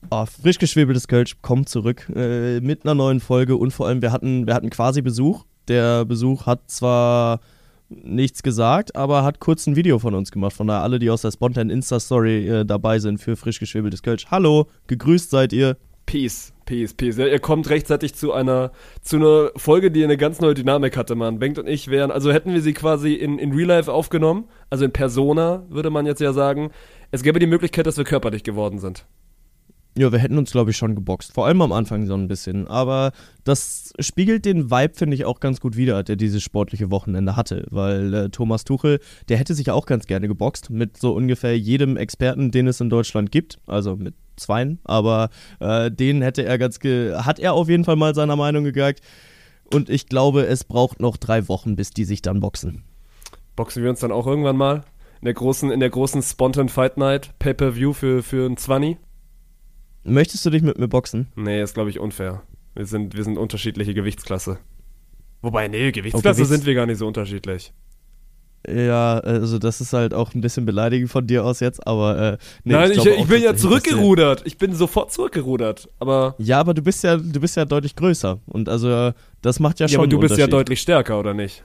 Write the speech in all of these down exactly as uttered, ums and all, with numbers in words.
Oh, frisch geschwebeltes Kölsch kommt zurück äh, mit einer neuen Folge und vor allem, wir hatten, wir hatten quasi Besuch. Der Besuch hat zwar nichts gesagt, aber hat kurz ein Video von uns gemacht. Von daher alle, die aus der spontanen Insta-Story äh, dabei sind für frisch geschwebeltes Kölsch. Hallo, gegrüßt seid ihr. Peace, peace, peace. Ja, ihr kommt rechtzeitig zu einer zu einer Folge, die eine ganz neue Dynamik hatte, Mann. Bengt und ich wären, also hätten wir sie quasi in, in Real Life aufgenommen, also in Persona, würde man jetzt ja sagen. Es gäbe die Möglichkeit, dass wir körperlich geworden sind. Ja, wir hätten uns, glaube ich, schon geboxt. Vor allem am Anfang so ein bisschen. Aber das spiegelt den Vibe, finde ich, auch ganz gut wider, der dieses sportliche Wochenende hatte. Weil äh, Thomas Tuchel, der hätte sich auch ganz gerne geboxt. Mit so ungefähr jedem Experten, den es in Deutschland gibt. Also mit zweien. Aber äh, den hätte er ganz ge- hat er auf jeden Fall mal seiner Meinung gegeigt. Und ich glaube, es braucht noch drei Wochen, bis die sich dann boxen. Boxen wir uns dann auch irgendwann mal? In der großen, in der großen Spontan Fight Night, Pay-Per-View für, für ein Zwanni? Möchtest du dich mit mir boxen? Nee, ist, glaube ich, unfair. Wir sind, wir sind unterschiedliche Gewichtsklasse. Wobei, nee, Gewichtsklasse oh, Gewichts- sind wir gar nicht so unterschiedlich. Ja, also das ist halt auch ein bisschen beleidigend von dir aus jetzt, aber äh, nee, Nein, ich, ich, glaube ich auch, bin ja dass- zurückgerudert. Ich bin sofort zurückgerudert. Aber, Ja, aber du bist ja, du bist ja deutlich größer und also das macht ja schon ja, aber du einen bist ja Unterschied. deutlich stärker, oder nicht?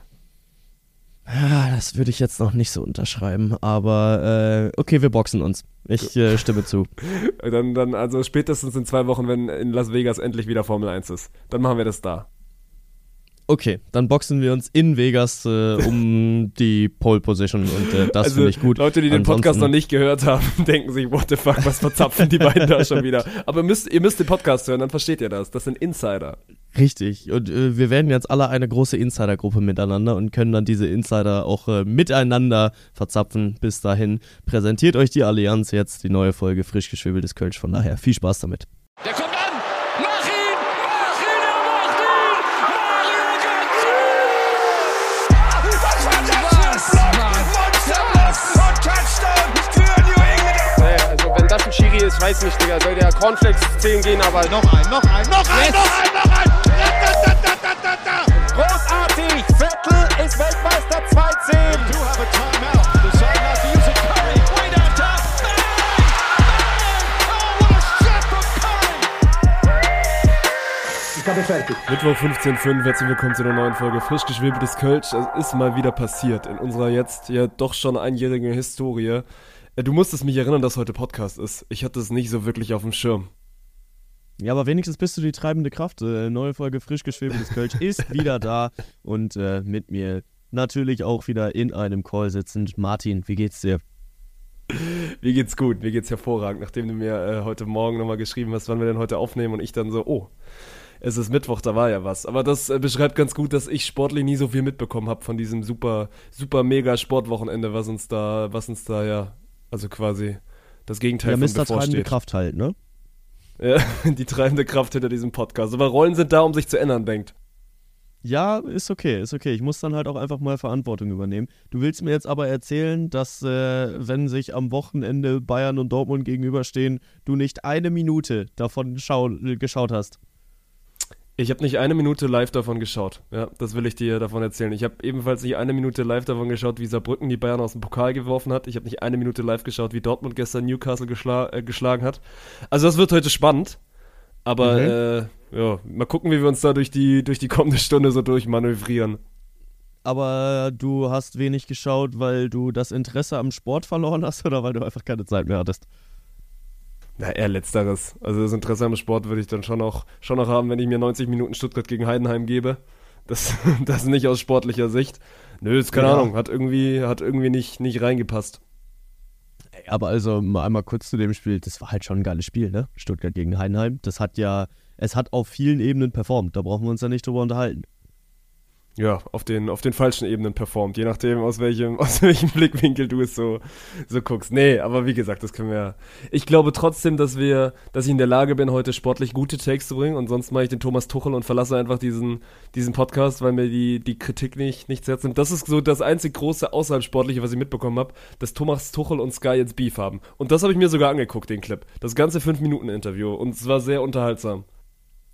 Ja, das würde ich jetzt noch nicht so unterschreiben, aber äh, okay, wir boxen uns. Ich äh, stimme zu. Dann, dann, also spätestens in zwei Wochen, wenn in Las Vegas endlich wieder Formel eins ist. Dann machen wir das da. Okay, dann boxen wir uns in Vegas äh, um die Pole Position und äh, das Also finde ich gut. Leute, die den Podcast Ansonsten- noch nicht gehört haben, denken sich, what the fuck, was verzapfen die beiden da schon wieder? Aber ihr müsst, ihr müsst den Podcast hören, dann versteht ihr das. Das sind Insider. Richtig, und äh, wir werden jetzt alle eine große Insidergruppe miteinander und können dann diese Insider auch äh, miteinander verzapfen. Bis dahin präsentiert euch die Allianz jetzt die neue Folge frisch geschwebeltes Kölsch. Von daher viel Spaß damit. Der kommt an! Mach ihn! Mach ihn! Er macht ihn! Mario Götze! Was war das für ein Block? Monsterblock und Touchdown für New England! Nee, also wenn das ein Schiri ist, weiß nicht, Digga. Soll der Cornflakes zehn gehen, aber noch ein, noch ein, noch ein, Yes. noch ein, noch ein! Da, da, da, da, da, da. Großartig! Vettel ist Weltmeister zweizehn! do have a timeout. Decide not to use it. Curry, way downtown. Bang! Bang! Oh, what a shot from Curry! Mittwoch fünfzehn Uhr fünf, herzlich willkommen zu einer neuen Folge frisch geschwebeltes Kölsch. Es ist mal wieder passiert in unserer jetzt ja doch schon einjährigen Historie. Äh, Du musstest mich erinnern, dass heute Podcast ist. Ich hatte es nicht so wirklich auf dem Schirm. Ja, aber wenigstens bist du die treibende Kraft. Äh, neue Folge frisch geschwebeltes Kölsch ist wieder da und äh, mit mir natürlich auch wieder in einem Call sitzend. Martin, wie geht's dir? Mir geht's gut, mir geht's hervorragend. Nachdem du mir äh, heute Morgen nochmal geschrieben hast, wann wir denn heute aufnehmen und ich dann so, oh, es ist Mittwoch, da war ja was. Aber das äh, beschreibt ganz gut, dass ich sportlich nie so viel mitbekommen habe von diesem super, super mega Sportwochenende, was uns da, was uns da ja, also quasi das Gegenteil Ja, von Mister treibende bevorsteht. Kraft halt, ne? Ja, die treibende Kraft hinter diesem Podcast. Aber Rollen sind da, um sich zu ändern, denkt. Ja, ist okay, ist okay. Ich muss dann halt auch einfach mal Verantwortung übernehmen. Du willst mir jetzt aber erzählen, dass, äh, wenn sich am Wochenende Bayern und Dortmund gegenüberstehen, du nicht eine Minute davon schau- geschaut hast. Ich habe nicht eine Minute live davon geschaut. Ja, das will ich dir davon erzählen. Ich habe ebenfalls nicht eine Minute live davon geschaut, wie Saarbrücken die Bayern aus dem Pokal geworfen hat. Ich habe nicht eine Minute live geschaut, wie Dortmund gestern Newcastle geschla- äh, geschlagen hat. Also das wird heute spannend. Aber Mhm. äh, ja, mal gucken, wie wir uns da durch die, durch die kommende Stunde so durchmanövrieren. Aber du hast wenig geschaut, weil du das Interesse am Sport verloren hast oder weil du einfach keine Zeit mehr hattest? Na, eher letzteres. Also das Interesse am Sport würde ich dann schon auch, schon noch haben, wenn ich mir neunzig Minuten Stuttgart gegen Heidenheim gebe. Das, das nicht aus sportlicher Sicht. Nö, ist keine Ja. Ahnung. Hat irgendwie, hat irgendwie nicht, nicht reingepasst. Ey, aber also mal einmal kurz zu dem Spiel, das war halt schon ein geiles Spiel, ne? Stuttgart gegen Heidenheim. Das hat ja, es hat auf vielen Ebenen performt. Da brauchen wir uns ja nicht drüber unterhalten. Ja, auf den, auf den falschen Ebenen performt, je nachdem, aus welchem, aus welchem Blickwinkel du es so, so guckst. Nee, aber wie gesagt, das können wir, ich glaube trotzdem, dass wir, dass ich in der Lage bin, heute sportlich gute Takes zu bringen und sonst mache ich den Thomas Tuchel und verlasse einfach diesen, diesen Podcast, weil mir die, die Kritik nicht, nicht zu Herzen nimmt. Das ist so das einzig große außerhalb Sportliche, was ich mitbekommen habe, dass Thomas Tuchel und Sky jetzt Beef haben. Und das habe ich mir sogar angeguckt, den Clip. Das ganze fünf Minuten Interview und es war sehr unterhaltsam.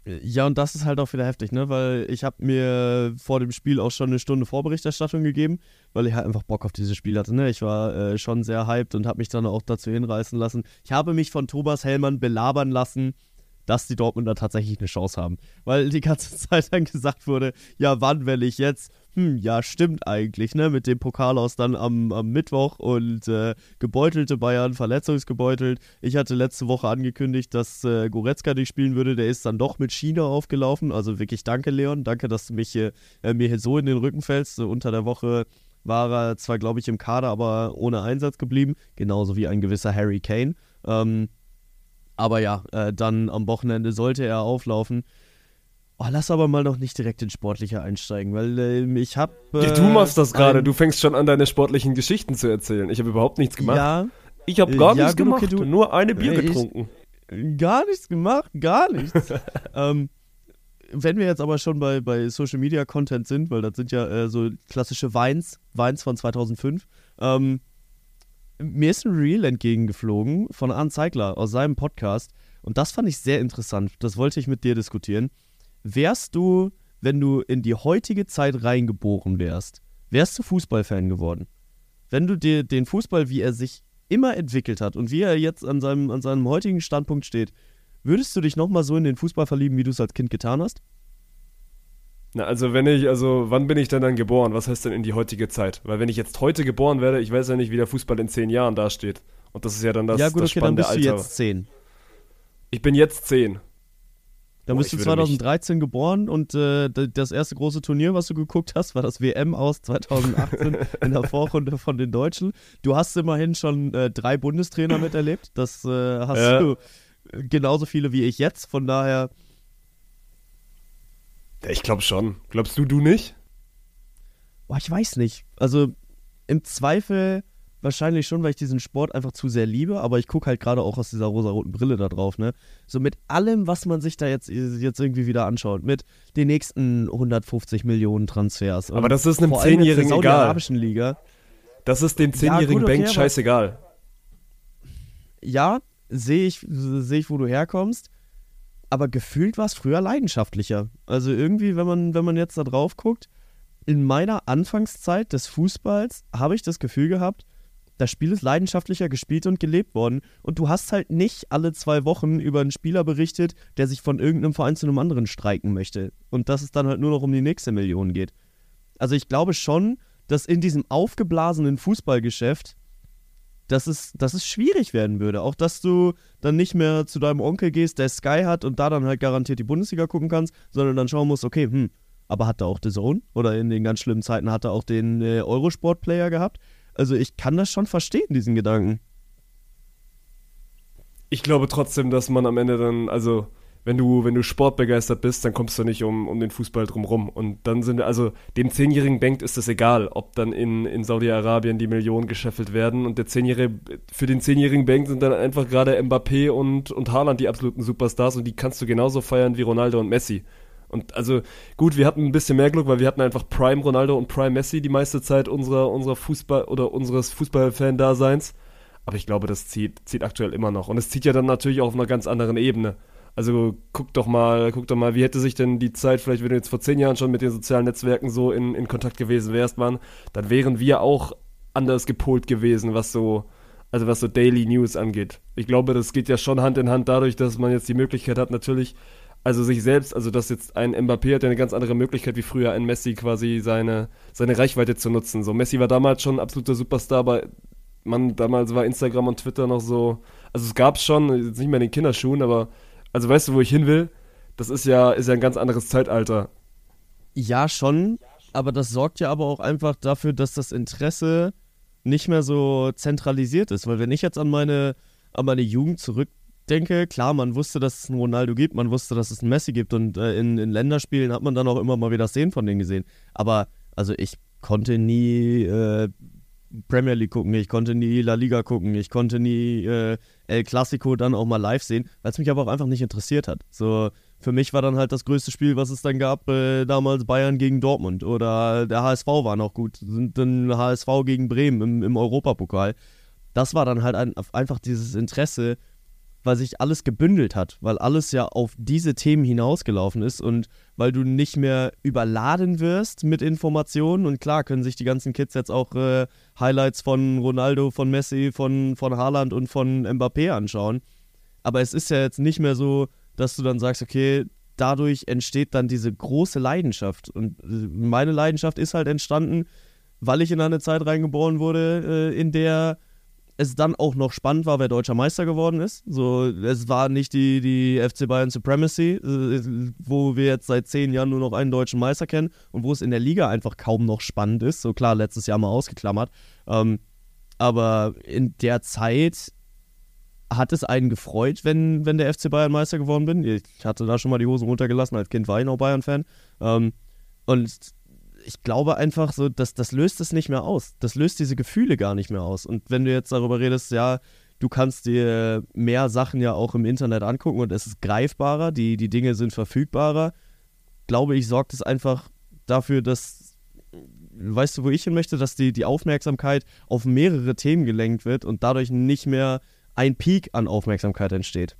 Ja, und das ist halt auch wieder heftig, ne? Weil ich habe mir vor dem Spiel auch schon eine Stunde Vorberichterstattung gegeben, weil ich halt einfach Bock auf dieses Spiel hatte, ne? Ich war äh, schon sehr hyped und habe mich dann auch dazu hinreißen lassen. Ich habe mich von Thomas Hellmann belabern lassen, dass die Dortmunder tatsächlich eine Chance haben. Weil die ganze Zeit dann gesagt wurde, ja, wann, wenn ich jetzt? Hm, ja, stimmt eigentlich, ne? Mit dem Pokal aus dann am, am Mittwoch und äh, gebeutelte Bayern, verletzungsgebeutelt. Ich hatte letzte Woche angekündigt, dass äh, Goretzka nicht spielen würde. Der ist dann doch mit Schiene aufgelaufen. Also wirklich danke, Leon. Danke, dass du mich hier, äh, mir hier so in den Rücken fällst. So unter der Woche war er zwar, glaube ich, im Kader, aber ohne Einsatz geblieben. Genauso wie ein gewisser Harry Kane. Ähm, Aber ja, äh, dann am Wochenende sollte er auflaufen. Oh, lass aber mal noch nicht direkt in Sportliche einsteigen, weil äh, ich hab... Äh, Ja, du machst das gerade, du fängst schon an, deine sportlichen Geschichten zu erzählen. Ich habe überhaupt nichts gemacht. Ja, ich habe gar ja, nichts gut, gemacht, okay, du- nur eine Bier Ich- getrunken. gar nichts gemacht, gar nichts. ähm, wenn wir jetzt aber schon bei, bei Social Media Content sind, weil das sind ja äh, so klassische Vines, Vines von zweitausendfünf, ähm, mir ist ein Reel entgegengeflogen von Arndt Zeigler aus seinem Podcast und das fand ich sehr interessant. Das wollte ich mit dir diskutieren. Wärst du, wenn du in die heutige Zeit reingeboren wärst, wärst du Fußballfan geworden? Wenn du dir den Fußball, wie er sich immer entwickelt hat und wie er jetzt an seinem, an seinem heutigen Standpunkt steht, würdest du dich nochmal so in den Fußball verlieben, wie du es als Kind getan hast? Na, also wenn ich, also wann bin ich denn dann geboren? Was heißt denn in die heutige Zeit? Weil wenn ich jetzt heute geboren werde, ich weiß ja nicht, wie der Fußball in zehn Jahren dasteht. Und das ist ja dann das, ja gut, das okay, dann spannende bist du Alter. jetzt zehn. Ich bin jetzt zehn. Dann Boah, bist ich du würde mich- zweitausenddreizehn geboren und äh, d- das erste große Turnier, was du geguckt hast, war das W M aus zweitausendachtzehn in der Vorrunde von den Deutschen. Du hast immerhin schon äh, drei Bundestrainer miterlebt. Das äh, hast Ja. du äh, genauso viele wie ich jetzt. Von daher, Ja, ich glaube schon. Glaubst du, du nicht? boah, ich weiß nicht. Also im Zweifel wahrscheinlich schon, weil ich diesen Sport einfach zu sehr liebe, aber ich gucke halt gerade auch aus dieser rosaroten Brille da drauf, ne? So mit allem, was man sich da jetzt, jetzt irgendwie wieder anschaut, mit den nächsten hundertfünfzig Millionen Transfers. Aber Und das ist einem vor allem jetzt der Zehnjährigen egal. saudi-arabischen Liga. Das ist dem Ja, zehnjährigen gut, okay, Bank aber- scheißegal. Ja, sehe ich, sehe ich, wo du herkommst, aber gefühlt war es früher leidenschaftlicher. Also irgendwie, wenn man, wenn man jetzt da drauf guckt, in meiner Anfangszeit des Fußballs habe ich das Gefühl gehabt, das Spiel ist leidenschaftlicher gespielt und gelebt worden. Und du hast halt nicht alle zwei Wochen über einen Spieler berichtet, der sich von irgendeinem Verein zu einem anderen streiken möchte. Und dass es dann halt nur noch um die nächste Million geht. Also ich glaube schon, dass in diesem aufgeblasenen Fußballgeschäft, dass es, dass es schwierig werden würde. Auch, dass du dann nicht mehr zu deinem Onkel gehst, der Sky hat und da dann halt garantiert die Bundesliga gucken kannst, sondern dann schauen musst, okay, hm, aber hat er auch The Zone? Oder in den ganz schlimmen Zeiten hat er auch den äh, Eurosport-Player gehabt? Also ich kann das schon verstehen, diesen Gedanken. Ich glaube trotzdem, dass man am Ende dann, also wenn du, wenn du sportbegeistert bist, dann kommst du nicht um, um den Fußball drumrum. Und dann sind, also dem zehnjährigen Bank ist es egal, ob dann in, in Saudi-Arabien die Millionen gescheffelt werden. Und der zehnjährige, für den zehnjährigen Bank sind dann einfach gerade Mbappé und, und Haaland die absoluten Superstars und die kannst du genauso feiern wie Ronaldo und Messi. Und also gut, wir hatten ein bisschen mehr Glück, weil wir hatten einfach Prime Ronaldo und Prime Messi die meiste Zeit unserer, unserer Fußball- oder unseres Fußballfan-Daseins. Aber ich glaube, das zieht, zieht aktuell immer noch. Und es zieht ja dann natürlich auch auf einer ganz anderen Ebene. Also guck doch mal, guck doch mal, wie hätte sich denn die Zeit, vielleicht wenn du jetzt vor zehn Jahren schon mit den sozialen Netzwerken so in, in Kontakt gewesen wärst, Mann, dann wären wir auch anders gepolt gewesen, was so, also was so Daily News angeht. Ich glaube, das geht ja schon Hand in Hand dadurch, dass man jetzt die Möglichkeit hat, natürlich, also sich selbst, also dass jetzt ein Mbappé hat ja eine ganz andere Möglichkeit wie früher ein Messi quasi seine, seine Reichweite zu nutzen. So, Messi war damals schon ein absoluter Superstar, aber man, damals war Instagram und Twitter noch so, also es gab's schon, jetzt nicht mehr in den Kinderschuhen, aber also weißt du, wo ich hin will? Das ist ja, ist ja ein ganz anderes Zeitalter. Ja, schon, aber das sorgt ja aber auch einfach dafür, dass das Interesse nicht mehr so zentralisiert ist. Weil wenn ich jetzt an meine, an meine Jugend zurückdenke, klar, man wusste, dass es einen Ronaldo gibt, man wusste, dass es einen Messi gibt und äh, in, in Länderspielen hat man dann auch immer mal wieder Szenen von denen gesehen. Aber also ich konnte nie äh, Premier League gucken, ich konnte nie La Liga gucken, ich konnte nie äh, El Clasico dann auch mal live sehen, weil es mich aber auch einfach nicht interessiert hat. So, für mich war dann halt das größte Spiel, was es dann gab, äh, damals Bayern gegen Dortmund oder der H S V war noch gut, sind dann H S V gegen Bremen im, im Europapokal. Das war dann halt ein, einfach dieses Interesse, weil sich alles gebündelt hat, weil alles ja auf diese Themen hinausgelaufen ist und weil du nicht mehr überladen wirst mit Informationen. Und klar können sich die ganzen Kids jetzt auch äh, Highlights von Ronaldo, von Messi, von, von Haaland und von Mbappé anschauen. Aber es ist ja jetzt nicht mehr so, dass du dann sagst, okay, dadurch entsteht dann diese große Leidenschaft. Und meine Leidenschaft ist halt entstanden, weil ich in eine Zeit reingeboren wurde, äh, in der es dann auch noch spannend war, wer deutscher Meister geworden ist. So, es war nicht die, die F C Bayern Supremacy, äh, wo wir jetzt seit zehn Jahren nur noch einen deutschen Meister kennen und wo es in der Liga einfach kaum noch spannend ist. So klar, letztes Jahr mal ausgeklammert. Ähm, aber in der Zeit hat es einen gefreut, wenn, wenn der F C Bayern Meister geworden bin. Ich hatte da schon mal die Hosen runtergelassen, als Kind war ich noch Bayern-Fan. Ähm, und ich glaube einfach so, dass das löst es nicht mehr aus. Das löst diese Gefühle gar nicht mehr aus. Und wenn du jetzt darüber redest, ja, du kannst dir mehr Sachen ja auch im Internet angucken und es ist greifbarer, die, die Dinge sind verfügbarer, glaube ich, sorgt es einfach dafür, dass, weißt du, wo ich hin möchte, dass die, die Aufmerksamkeit auf mehrere Themen gelenkt wird und dadurch nicht mehr ein Peak an Aufmerksamkeit entsteht.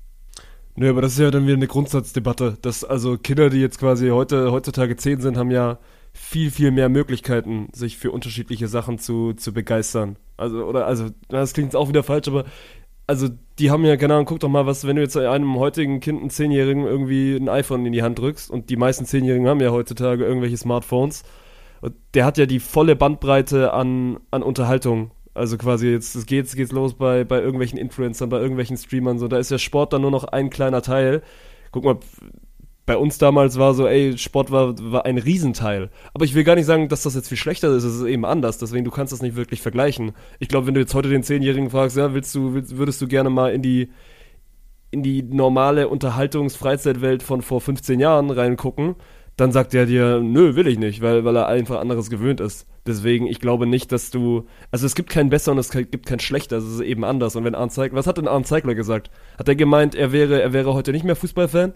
Nö, aber das ist ja dann wieder eine Grundsatzdebatte. Dass also Kinder, die jetzt quasi heute heutzutage zehn sind, haben ja viel, viel mehr Möglichkeiten, sich für unterschiedliche Sachen zu, zu begeistern. Also, oder, also, das klingt jetzt auch wieder falsch, aber also die haben ja, keine Ahnung, guck doch mal, was, wenn du jetzt einem heutigen Kind, einen Zehnjährigen, irgendwie ein iPhone in die Hand drückst und die meisten Zehnjährigen haben ja heutzutage irgendwelche Smartphones und der hat ja die volle Bandbreite an, an Unterhaltung. Also quasi jetzt, es geht's, geht's los bei, bei irgendwelchen Influencern, bei irgendwelchen Streamern, so, da ist ja Sport dann nur noch ein kleiner Teil. Guck mal, bei uns damals war so, ey, Sport war, war ein Riesenteil. Aber ich will gar nicht sagen, dass das jetzt viel schlechter ist, es ist eben anders, deswegen, du kannst das nicht wirklich vergleichen. Ich glaube, wenn du jetzt heute den Zehnjährigen fragst, ja, willst du, willst, würdest du gerne mal in die, in die normale Unterhaltungs-Freizeitwelt von vor fünfzehn Jahren reingucken, dann sagt er dir, nö, will ich nicht, weil, weil er einfach anderes gewöhnt ist. Deswegen, ich glaube nicht, dass du, also es gibt kein besser und es gibt kein schlechter, es ist eben anders. Und wenn Arne Zeigler, was hat denn Arne Zeigler gesagt? Hat er gemeint, er wäre, er wäre heute nicht mehr Fußballfan?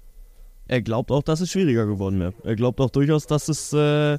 Er glaubt auch, dass es schwieriger geworden wäre. Er glaubt auch durchaus, dass es, äh,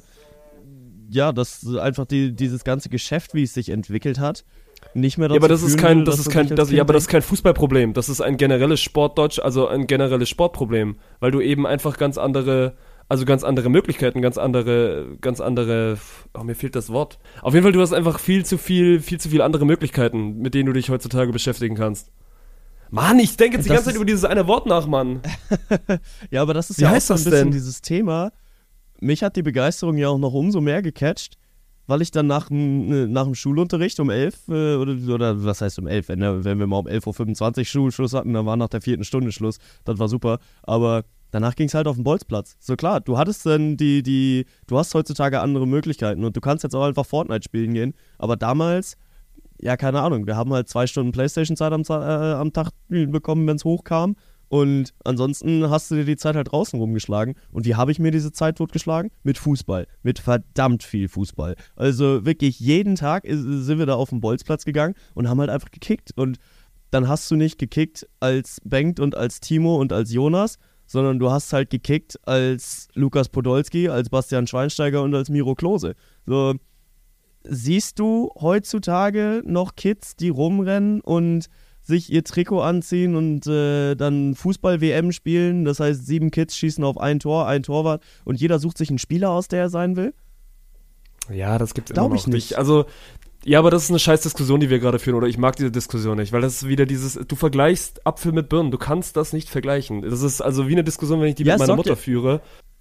ja, dass einfach die, dieses ganze Geschäft, wie es sich entwickelt hat, nicht mehr dazu ja, aber das ist kein, würde, das ist kein, das, ja, aber das ist kein Fußballproblem. Das ist ein generelles Sportdeutsch, also ein generelles Sportproblem, weil du eben einfach ganz andere, also ganz andere Möglichkeiten, ganz andere, ganz andere, oh, mir fehlt das Wort. Auf jeden Fall, du hast einfach viel zu viel, viel zu viele andere Möglichkeiten, mit denen du dich heutzutage beschäftigen kannst. Mann, ich denke jetzt die Das ganze Zeit ist- über dieses eine Wort nach, Mann. Ja, aber das ist Wie ja auch heißt so ein das bisschen denn? dieses Thema. Mich hat die Begeisterung ja auch noch umso mehr gecatcht, weil ich dann nach dem, nach dem Schulunterricht um elf, äh, oder, oder was heißt um elf, wenn, wenn wir mal um elf Uhr fünfundzwanzig Schulschluss hatten, dann war nach der vierten Stunde Schluss, das war super, aber danach ging es halt auf den Bolzplatz. So klar, du hattest dann die, die, du hast heutzutage andere Möglichkeiten und du kannst jetzt auch einfach Fortnite spielen gehen, aber damals, ja, keine Ahnung, wir haben halt zwei Stunden Playstation-Zeit am, Za- äh, am Tag bekommen, wenn es hochkam. Und ansonsten hast du dir die Zeit halt draußen rumgeschlagen. Und wie habe ich mir diese Zeit totgeschlagen? Mit Fußball. Mit verdammt viel Fußball. Also wirklich jeden Tag ist, sind wir da auf den Bolzplatz gegangen und haben halt einfach gekickt. Und dann hast du nicht gekickt als Bengt und als Timo und als Jonas, sondern du hast halt gekickt als Lukas Podolski, als Bastian Schweinsteiger und als Miro Klose. So, siehst du heutzutage noch Kids, die rumrennen und sich ihr Trikot anziehen und äh, dann Fußball-W M spielen? Das heißt, sieben Kids schießen auf ein Tor, ein Torwart und jeder sucht sich einen Spieler aus, der er sein will? Ja, das gibt's Glaub immer ich noch nicht. Also, ja, aber das ist eine scheiß Diskussion, die wir gerade führen, oder ich mag diese Diskussion nicht, weil das ist wieder dieses, du vergleichst Apfel mit Birnen, du kannst das nicht vergleichen. Das ist also wie eine Diskussion, wenn ich die Ja, mit es meiner sorgt Mutter ja- führe.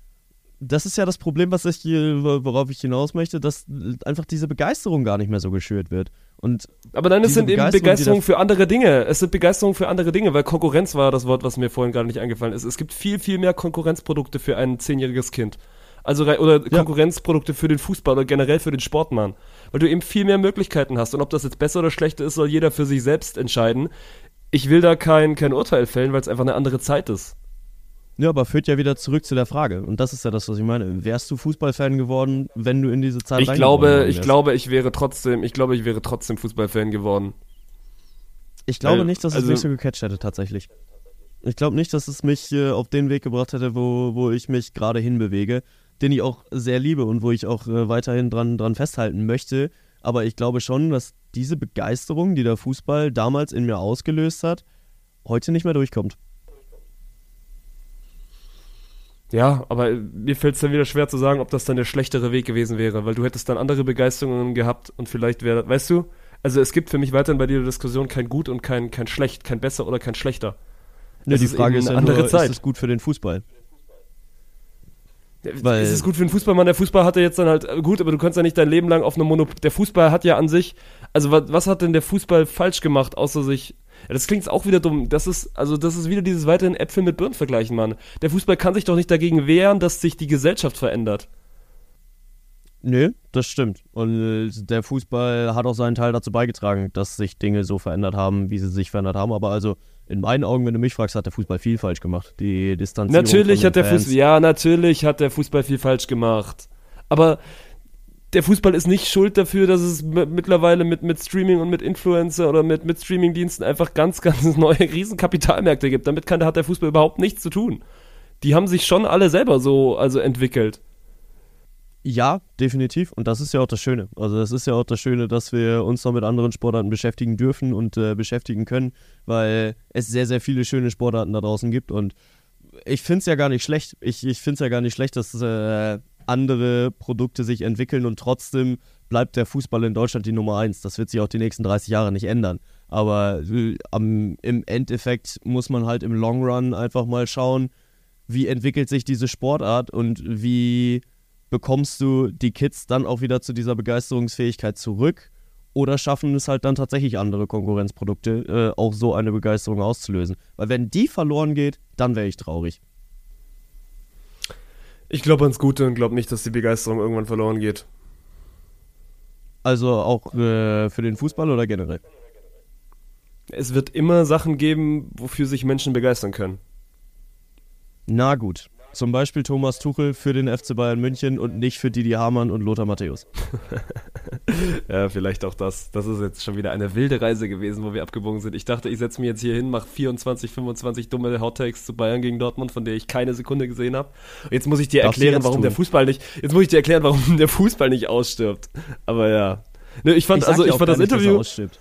Das ist ja das Problem, was ich hier, worauf ich hinaus möchte, dass einfach diese Begeisterung gar nicht mehr so geschürt wird. Und Aber nein, es Diese sind eben Begeisterung, Begeisterungen die für andere Dinge. Es sind Begeisterungen für andere Dinge, weil Konkurrenz war das Wort, was mir vorhin gerade nicht eingefallen ist. Es gibt viel, viel mehr Konkurrenzprodukte für ein zehnjähriges Kind. Also rei- oder Ja. Konkurrenzprodukte für den Fußball oder generell für den Sportmann. Weil du eben viel mehr Möglichkeiten hast. Und ob das jetzt besser oder schlechter ist, soll jeder für sich selbst entscheiden. Ich will da kein, kein Urteil fällen, weil es einfach eine andere Zeit ist. ja, aber führt ja wieder zurück zu der Frage. Und das ist ja das, was ich meine. Wärst du Fußballfan geworden, wenn du in diese Zeit Ich reingeboren glaube, worden ich wärst? glaube, ich wäre trotzdem, ich glaube, ich wäre trotzdem Fußballfan geworden. Ich glaube Weil, nicht, dass es also- mich so gecatcht hätte, tatsächlich. Ich glaube nicht, dass es mich äh, auf den Weg gebracht hätte, wo, wo ich mich gerade hinbewege, den ich auch sehr liebe und wo ich auch äh, weiterhin dran, dran festhalten möchte. Aber ich glaube schon, dass diese Begeisterung, die der Fußball damals in mir ausgelöst hat, heute nicht mehr durchkommt. Ja, aber mir fällt es dann wieder schwer zu sagen, ob das dann der schlechtere Weg gewesen wäre, weil du hättest dann andere Begeisterungen gehabt und vielleicht wäre, weißt du, also es gibt für mich weiterhin bei dieser Diskussion kein Gut und kein, kein Schlecht, kein Besser oder kein Schlechter. Ja, die Frage ist ja andere nur, Zeit. ist es gut für den Fußball? Weil ist es gut für den Fußball, Mann? Der Fußball hatte jetzt dann halt, gut, aber du kannst ja nicht dein Leben lang auf einem Monopol, der Fußball hat ja an sich, also was, was hat denn der Fußball falsch gemacht, außer sich, ja, das klingt auch wieder dumm, das ist, also das ist wieder dieses weiterhin Äpfel mit Birnen vergleichen, Mann. Der Fußball kann sich doch nicht dagegen wehren, dass sich die Gesellschaft verändert. Nö, das stimmt. Und äh, der Fußball hat auch seinen Teil dazu beigetragen, dass sich Dinge so verändert haben, wie sie sich verändert haben. Aber also in meinen Augen, wenn du mich fragst, hat der Fußball viel falsch gemacht. Die Distanzierung Natürlich von hat den der Fans. Fußball, ja, natürlich hat der Fußball viel falsch gemacht. Aber der Fußball ist nicht schuld dafür, dass es m- mittlerweile mit, mit Streaming und mit Influencer oder mit, mit Streamingdiensten einfach ganz, ganz neue Riesenkapitalmärkte gibt. Damit kann, hat der Fußball überhaupt nichts zu tun. Die haben sich schon alle selber so also entwickelt. Ja, definitiv. Und das ist ja auch das Schöne. Also das ist ja auch das Schöne, dass wir uns noch mit anderen Sportarten beschäftigen dürfen und äh, beschäftigen können, weil es sehr, sehr viele schöne Sportarten da draußen gibt. Und ich finde es ja gar nicht schlecht. Ich, ich finde es ja gar nicht schlecht, dass äh, andere Produkte sich entwickeln und trotzdem bleibt der Fußball in Deutschland die Nummer eins. Das wird sich auch die nächsten dreißig Jahre nicht ändern. Aber äh, am, im Endeffekt muss man halt im Long Run einfach mal schauen, wie entwickelt sich diese Sportart und wie bekommst du die Kids dann auch wieder zu dieser Begeisterungsfähigkeit zurück oder schaffen es halt dann tatsächlich andere Konkurrenzprodukte, äh, auch so eine Begeisterung auszulösen. Weil wenn die verloren geht, dann wäre ich traurig. Ich glaube ans Gute und glaube nicht, dass die Begeisterung irgendwann verloren geht. Also auch äh, für den Fußball oder generell? Es wird immer Sachen geben, wofür sich Menschen begeistern können. Na gut. Zum Beispiel Thomas Tuchel für den F C Bayern München und nicht für Didi Hamann und Lothar Matthäus. Ja, vielleicht auch das. Das ist jetzt schon wieder eine wilde Reise gewesen, wo wir abgebogen sind. Ich dachte, ich setze mich jetzt hier hin, mache vierundzwanzig, fünfundzwanzig dumme Hot-Takes zu Bayern gegen Dortmund, von der ich keine Sekunde gesehen habe. Jetzt muss ich dir Darfst du erklären, jetzt warum tun? der Fußball nicht. Jetzt muss ich dir erklären, warum der Fußball nicht ausstirbt. Aber ja. Ne, ich fand, Ich sag also dir ich auch fand gar das nicht, dass er Interview. ausstirbt.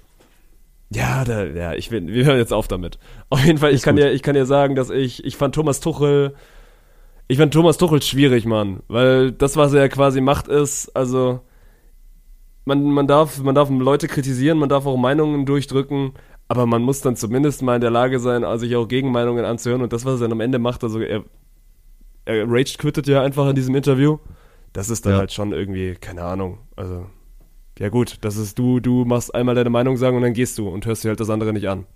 Ja, da, ja, ich will, wir hören jetzt auf damit. Auf jeden Fall, ich Ist kann gut. dir, ich kann dir sagen, dass ich, ich fand Thomas Tuchel, ich fand Thomas Tuchel schwierig, Mann, weil das, was er quasi macht, ist, also, man, man darf, man darf Leute kritisieren, man darf auch Meinungen durchdrücken, aber man muss dann zumindest mal in der Lage sein, also sich auch Gegenmeinungen anzuhören und das, was er dann am Ende macht, also er, er rage quittet ja einfach in diesem Interview, das ist dann Ja. halt schon irgendwie, keine Ahnung, also, ja gut, das ist du, du machst einmal deine Meinung sagen und dann gehst du und hörst dir halt das andere nicht an.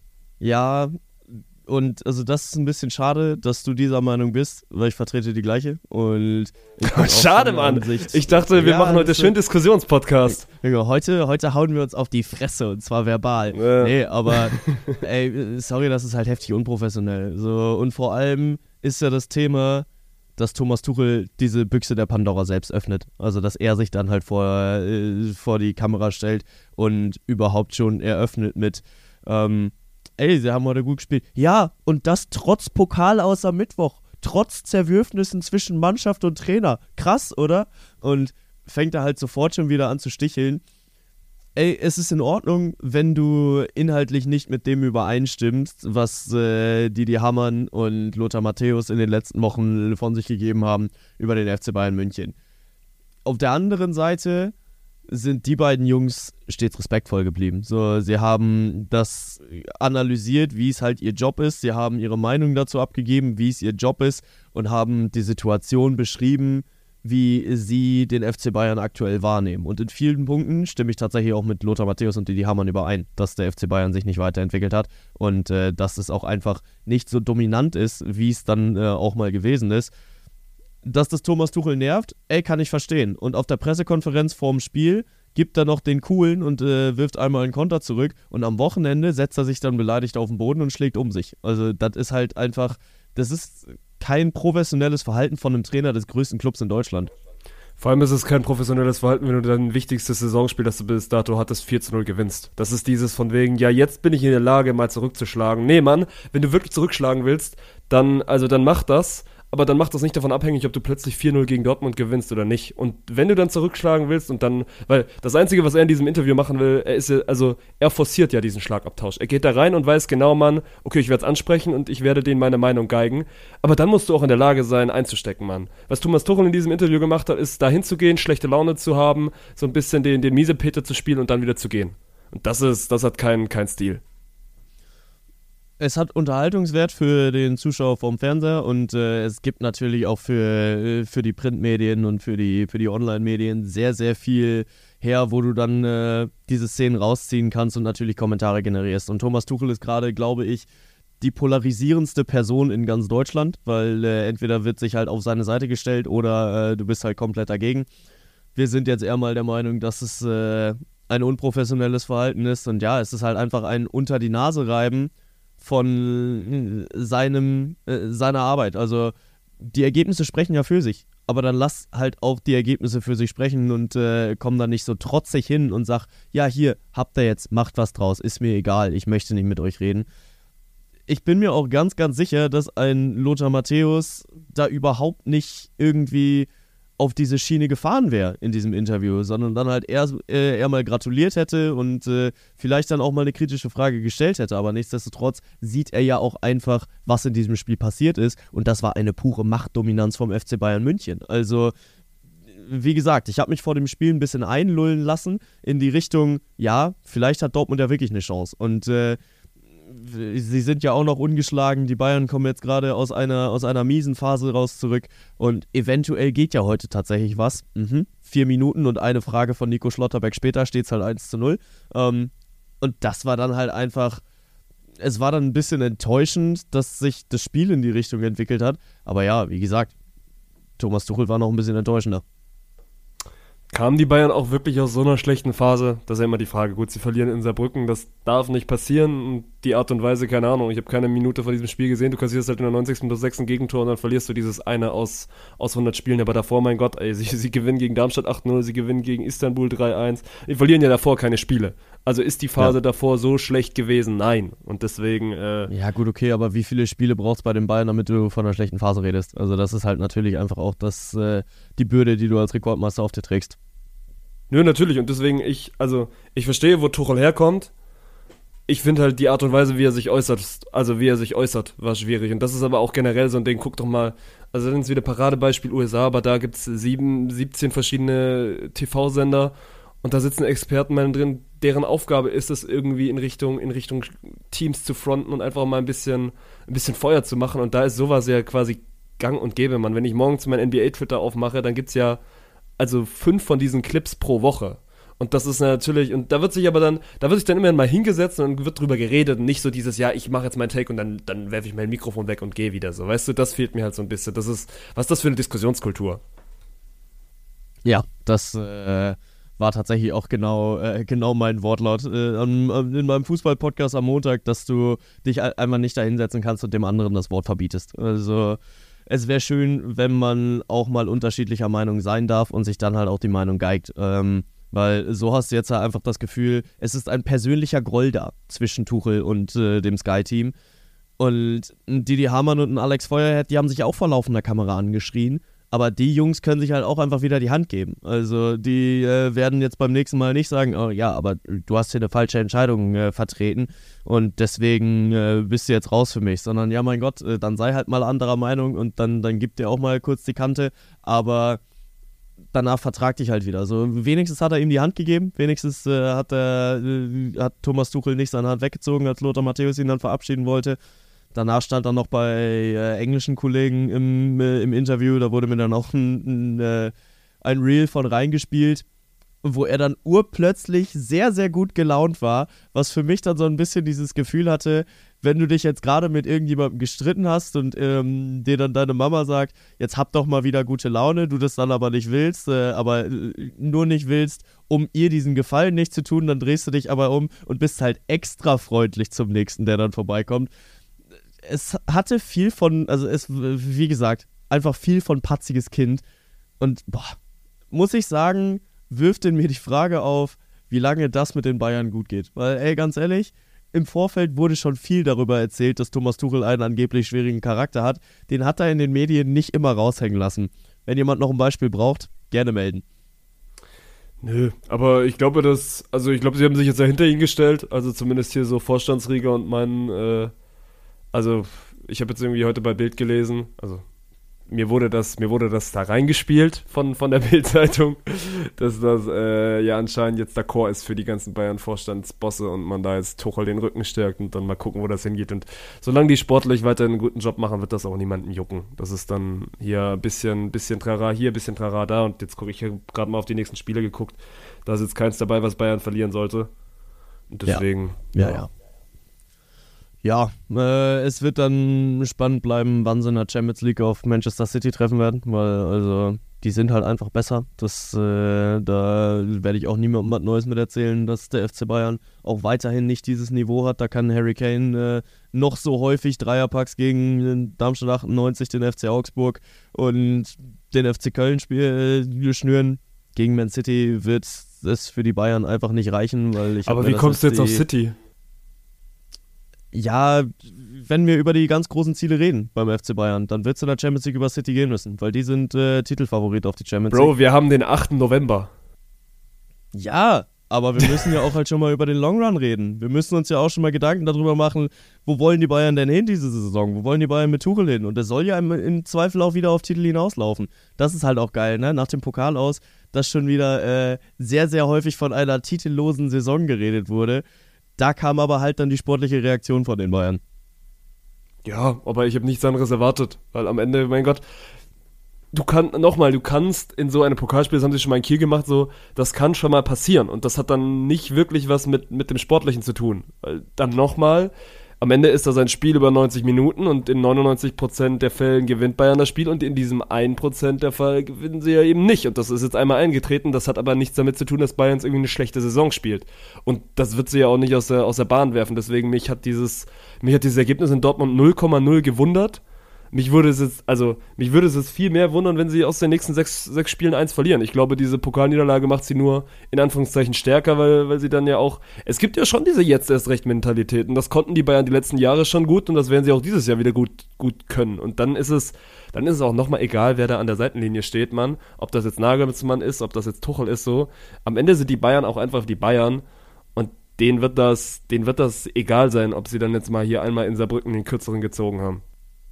Ja, und also das ist ein bisschen schade, dass du dieser Meinung bist, weil ich vertrete die gleiche. Und ich bin auch Schade, von der Mann. Ansicht- Ich dachte, wir Ja, machen heute das- schön Diskussionspodcast. Junge, heute, heute hauen wir uns auf die Fresse und zwar verbal. Ja. Nee, aber ey, sorry, das ist halt heftig unprofessionell. So, und vor allem ist ja das Thema, dass Thomas Tuchel diese Büchse der Pandora selbst öffnet. Also, dass er sich dann halt vor, äh, vor die Kamera stellt und überhaupt schon eröffnet mit ähm, ey, sie haben heute gut gespielt. Ja, und das trotz Pokal aus am Mittwoch. Trotz Zerwürfnissen zwischen Mannschaft und Trainer. Krass, oder? Und fängt er halt sofort schon wieder an zu sticheln. Ey, es ist in Ordnung, wenn du inhaltlich nicht mit dem übereinstimmst, was äh, Didi Hamann und Lothar Matthäus in den letzten Wochen von sich gegeben haben über den F C Bayern München. Auf der anderen Seite sind die beiden Jungs stets respektvoll geblieben. So, sie haben das analysiert, wie es halt ihr Job ist. Sie haben ihre Meinung dazu abgegeben, wie es ihr Job ist und haben die Situation beschrieben, wie sie den F C Bayern aktuell wahrnehmen. Und in vielen Punkten stimme ich tatsächlich auch mit Lothar Matthäus und Didi Hamann überein, dass der F C Bayern sich nicht weiterentwickelt hat und äh, dass es auch einfach nicht so dominant ist, wie es dann äh, auch mal gewesen ist. Dass das Thomas Tuchel nervt, ey, kann ich verstehen. Und auf der Pressekonferenz vorm Spiel gibt er noch den Coolen und äh, wirft einmal einen Konter zurück und am Wochenende setzt er sich dann beleidigt auf den Boden und schlägt um sich. Also das ist halt einfach, das ist kein professionelles Verhalten von einem Trainer des größten Clubs in Deutschland. Vor allem ist es kein professionelles Verhalten, wenn du dein wichtigstes Saisonspiel, das du bis dato hattest, vier zu null gewinnst. Das ist dieses von wegen, ja, jetzt bin ich in der Lage, mal zurückzuschlagen. Nee, Mann, wenn du wirklich zurückschlagen willst, dann, also dann mach das, aber dann macht das nicht davon abhängig, ob du plötzlich vier null gegen Dortmund gewinnst oder nicht. Und wenn du dann zurückschlagen willst und dann, weil das Einzige, was er in diesem Interview machen will, er ist ja, also er forciert ja diesen Schlagabtausch. Er geht da rein und weiß genau, Mann, okay, ich werde es ansprechen und ich werde denen meine Meinung geigen. Aber dann musst du auch in der Lage sein, einzustecken, Mann. Was Thomas Tuchel in diesem Interview gemacht hat, ist, da hinzugehen, schlechte Laune zu haben, so ein bisschen den, den Miesepeter zu spielen und dann wieder zu gehen. Und das ist, das hat keinen kein Stil. Es hat Unterhaltungswert für den Zuschauer vorm Fernseher und äh, es gibt natürlich auch für, für die Printmedien und für die, für die Online-Medien sehr, sehr viel her, wo du dann äh, diese Szenen rausziehen kannst und natürlich Kommentare generierst. Und Thomas Tuchel ist gerade, glaube ich, die polarisierendste Person in ganz Deutschland, weil äh, entweder wird sich halt auf seine Seite gestellt oder äh, du bist halt komplett dagegen. Wir sind jetzt eher mal der Meinung, dass es äh, ein unprofessionelles Verhalten ist und ja, es ist halt einfach ein unter die Nase reiben von seinem, äh, seiner Arbeit. Also die Ergebnisse sprechen ja für sich, aber dann lass halt auch die Ergebnisse für sich sprechen und äh, komm dann nicht so trotzig hin und sag, ja hier, habt ihr jetzt, macht was draus, ist mir egal, ich möchte nicht mit euch reden. Ich bin mir auch ganz, ganz sicher, dass ein Lothar Matthäus da überhaupt nicht irgendwie auf diese Schiene gefahren wäre in diesem Interview, sondern dann halt eher, äh, eher mal gratuliert hätte und äh, vielleicht dann auch mal eine kritische Frage gestellt hätte, aber nichtsdestotrotz sieht er ja auch einfach, was in diesem Spiel passiert ist und das war eine pure Machtdominanz vom F C Bayern München. Also, wie gesagt, ich habe mich vor dem Spiel ein bisschen einlullen lassen in die Richtung, ja, vielleicht hat Dortmund ja wirklich eine Chance und äh, sie sind ja auch noch ungeschlagen, die Bayern kommen jetzt gerade aus einer, aus einer miesen Phase raus zurück und eventuell geht ja heute tatsächlich was. Mhm. Vier Minuten und eine Frage von Nico Schlotterbeck später steht es halt eins zu null. Ähm, und das war dann halt einfach, es war dann ein bisschen enttäuschend, dass sich das Spiel in die Richtung entwickelt hat. Aber ja, wie gesagt, Thomas Tuchel war noch ein bisschen enttäuschender. Kamen die Bayern auch wirklich aus so einer schlechten Phase? Das ist ja immer die Frage. Gut, sie verlieren in Saarbrücken, das darf nicht passieren. Und die Art und Weise, keine Ahnung, ich habe keine Minute von diesem Spiel gesehen. Du kassierst halt in der neunzigsten plus sechs ein Gegentor und dann verlierst du dieses eine aus, aus hundert Spielen. Aber davor, mein Gott, ey, sie, sie gewinnen gegen Darmstadt acht null, sie gewinnen gegen Istanbul drei eins. Die verlieren ja davor keine Spiele. Also ist die Phase ja. davor so schlecht gewesen? Nein. Und deswegen... Äh, ja gut, okay, aber wie viele Spiele brauchst du bei den Bayern, damit du von einer schlechten Phase redest? Also das ist halt natürlich einfach auch das, äh, die Bürde, die du als Rekordmeister auf dir trägst. Nö, natürlich. Und deswegen, ich, also, ich verstehe, wo Tuchel herkommt. Ich finde halt die Art und Weise, wie er sich äußert, also wie er sich äußert, war schwierig. Und das ist aber auch generell so ein Ding. Guck doch mal, also dann ist wieder Paradebeispiel U S A, aber da gibt es sieben, siebzehn verschiedene T V-Sender und da sitzen Experten drin, deren Aufgabe ist es irgendwie in Richtung, in Richtung Teams zu fronten und einfach mal ein bisschen, ein bisschen Feuer zu machen. Und da ist sowas ja quasi gang und gäbe, Mann. Wenn ich morgens mein N B A-Twitter aufmache, dann gibt's ja also fünf von diesen Clips pro Woche. Und das ist natürlich, und da wird sich aber dann, da wird sich dann immer mal hingesetzt und dann wird drüber geredet und nicht so dieses, ja, ich mache jetzt meinen Take und dann, dann werfe ich mein Mikrofon weg und gehe wieder so. Weißt du, das fehlt mir halt so ein bisschen. Das ist, was ist das für eine Diskussionskultur? Ja, das äh, war tatsächlich auch genau, äh, genau mein Wortlaut äh, an, in meinem Fußball-Podcast am Montag, dass du dich einfach nicht da hinsetzen kannst und dem anderen das Wort verbietest. Also es wäre schön, wenn man auch mal unterschiedlicher Meinung sein darf und sich dann halt auch die Meinung geigt. Ähm, weil so hast du jetzt halt einfach das Gefühl, es ist ein persönlicher Groll da zwischen Tuchel und äh, dem Sky-Team. Und Didi Hamann und Alex Feuerhead, die haben sich auch vor laufender Kamera angeschrien. Aber die Jungs können sich halt auch einfach wieder die Hand geben. Also die äh, werden jetzt beim nächsten Mal nicht sagen, oh ja, aber du hast hier eine falsche Entscheidung äh, vertreten und deswegen äh, bist du jetzt raus für mich. Sondern ja, mein Gott, äh, dann sei halt mal anderer Meinung und dann, dann gib dir auch mal kurz die Kante. Aber danach vertrag dich halt wieder. Also wenigstens hat er ihm die Hand gegeben. Wenigstens äh, hat, er, äh, hat Thomas Tuchel nicht seine Hand weggezogen, als Lothar Matthäus ihn dann verabschieden wollte. Danach stand er noch bei äh, englischen Kollegen im, äh, im Interview, da wurde mir dann auch ein, ein, äh, ein Reel von reingespielt, wo er dann urplötzlich sehr, sehr gut gelaunt war, was für mich dann so ein bisschen dieses Gefühl hatte, wenn du dich jetzt gerade mit irgendjemandem gestritten hast und ähm, dir dann deine Mama sagt, jetzt hab doch mal wieder gute Laune, du das dann aber nicht willst, äh, aber äh, nur nicht willst, um ihr diesen Gefallen nicht zu tun, dann drehst du dich aber um und bist halt extra freundlich zum Nächsten, der dann vorbeikommt. Es hatte viel von, also es, wie gesagt, einfach viel von patziges Kind. Und boah, muss ich sagen, wirft in mir die Frage auf, wie lange das mit den Bayern gut geht. Weil, ey, ganz ehrlich, im Vorfeld wurde schon viel darüber erzählt, dass Thomas Tuchel einen angeblich schwierigen Charakter hat. Den hat er in den Medien nicht immer raushängen lassen. Wenn jemand noch ein Beispiel braucht, gerne melden. Nö, aber ich glaube, dass, also ich glaube, sie haben sich jetzt ja hinter ihn gestellt, also zumindest hier so Vorstandsriege und meinen, äh, also ich habe jetzt irgendwie heute bei Bild gelesen, also mir wurde das, mir wurde das da reingespielt von, von der Bild-Zeitung, dass das äh, ja anscheinend jetzt d'accord ist für die ganzen Bayern-Vorstandsbosse und man da jetzt Tuchel den Rücken stärkt und dann mal gucken, wo das hingeht. Und solange die sportlich weiter einen guten Job machen, wird das auch niemanden jucken. Das ist dann hier ein bisschen, bisschen Trara hier, ein bisschen Trara da und jetzt gucke ich hier gerade mal auf die nächsten Spiele geguckt. Da ist jetzt keins dabei, was Bayern verlieren sollte. Und deswegen... Ja, ja. ja. Ja, äh, es wird dann spannend bleiben, wann sie in der Champions League auf Manchester City treffen werden, weil also die sind halt einfach besser. Das, äh, da werde ich auch niemandem was Neues mit erzählen, dass der F C Bayern auch weiterhin nicht dieses Niveau hat. Da kann Harry Kane äh, noch so häufig Dreierpacks gegen den Darmstadt achtundneunzig, den F C Augsburg und den F C Köln spiel, äh, schnüren. Gegen Man City wird es für die Bayern einfach nicht reichen, weil ich. Aber wie kommst du jetzt auf City? Ja, wenn wir über die ganz großen Ziele reden beim F C Bayern, dann wird es in der Champions League über City gehen müssen, weil die sind äh, Titelfavorit auf die Champions League. Bro, wir haben den achten November. Ja, aber wir müssen ja auch halt schon mal über den Long Run reden. Wir müssen uns ja auch schon mal Gedanken darüber machen, wo wollen die Bayern denn hin diese Saison? Wo wollen die Bayern mit Tuchel hin? Und der soll ja im, im Zweifel auch wieder auf Titel hinauslaufen. Das ist halt auch geil, ne? Nach dem Pokal aus, dass schon wieder äh, sehr, sehr häufig von einer titellosen Saison geredet wurde. Da kam aber halt dann die sportliche Reaktion von den Bayern. Ja, aber ich habe nichts anderes erwartet, weil am Ende, mein Gott, du kannst, nochmal, du kannst in so einem Pokalspiel, das haben sie schon mal in Kiel gemacht, so, das kann schon mal passieren und das hat dann nicht wirklich was mit, mit dem Sportlichen zu tun, weil dann nochmal, am Ende ist das ein Spiel über neunzig Minuten und in neunundneunzig Prozent der Fällen gewinnt Bayern das Spiel und in diesem ein Prozent der Fall gewinnen sie ja eben nicht. Und das ist jetzt einmal eingetreten, das hat aber nichts damit zu tun, dass Bayern jetzt irgendwie eine schlechte Saison spielt. Und das wird sie ja auch nicht aus der, aus der Bahn werfen. Deswegen, mich hat dieses, mich hat dieses Ergebnis in Dortmund null Komma null gewundert. Mich würde es jetzt, also, mich würde es jetzt viel mehr wundern, wenn sie aus den nächsten sechs, sechs Spielen eins verlieren. Ich glaube, diese Pokalniederlage macht sie nur in Anführungszeichen stärker, weil, weil sie dann ja auch, es gibt ja schon diese Jetzt-erst-recht-Mentalitäten. Das konnten die Bayern die letzten Jahre schon gut und das werden sie auch dieses Jahr wieder gut, gut können. Und dann ist es, dann ist es auch nochmal egal, wer da an der Seitenlinie steht, Mann. Ob das jetzt Nagelsmann ist, ob das jetzt Tuchel ist, so. Am Ende sind die Bayern auch einfach die Bayern und denen wird das, denen wird das egal sein, ob sie dann jetzt mal hier einmal in Saarbrücken den Kürzeren gezogen haben.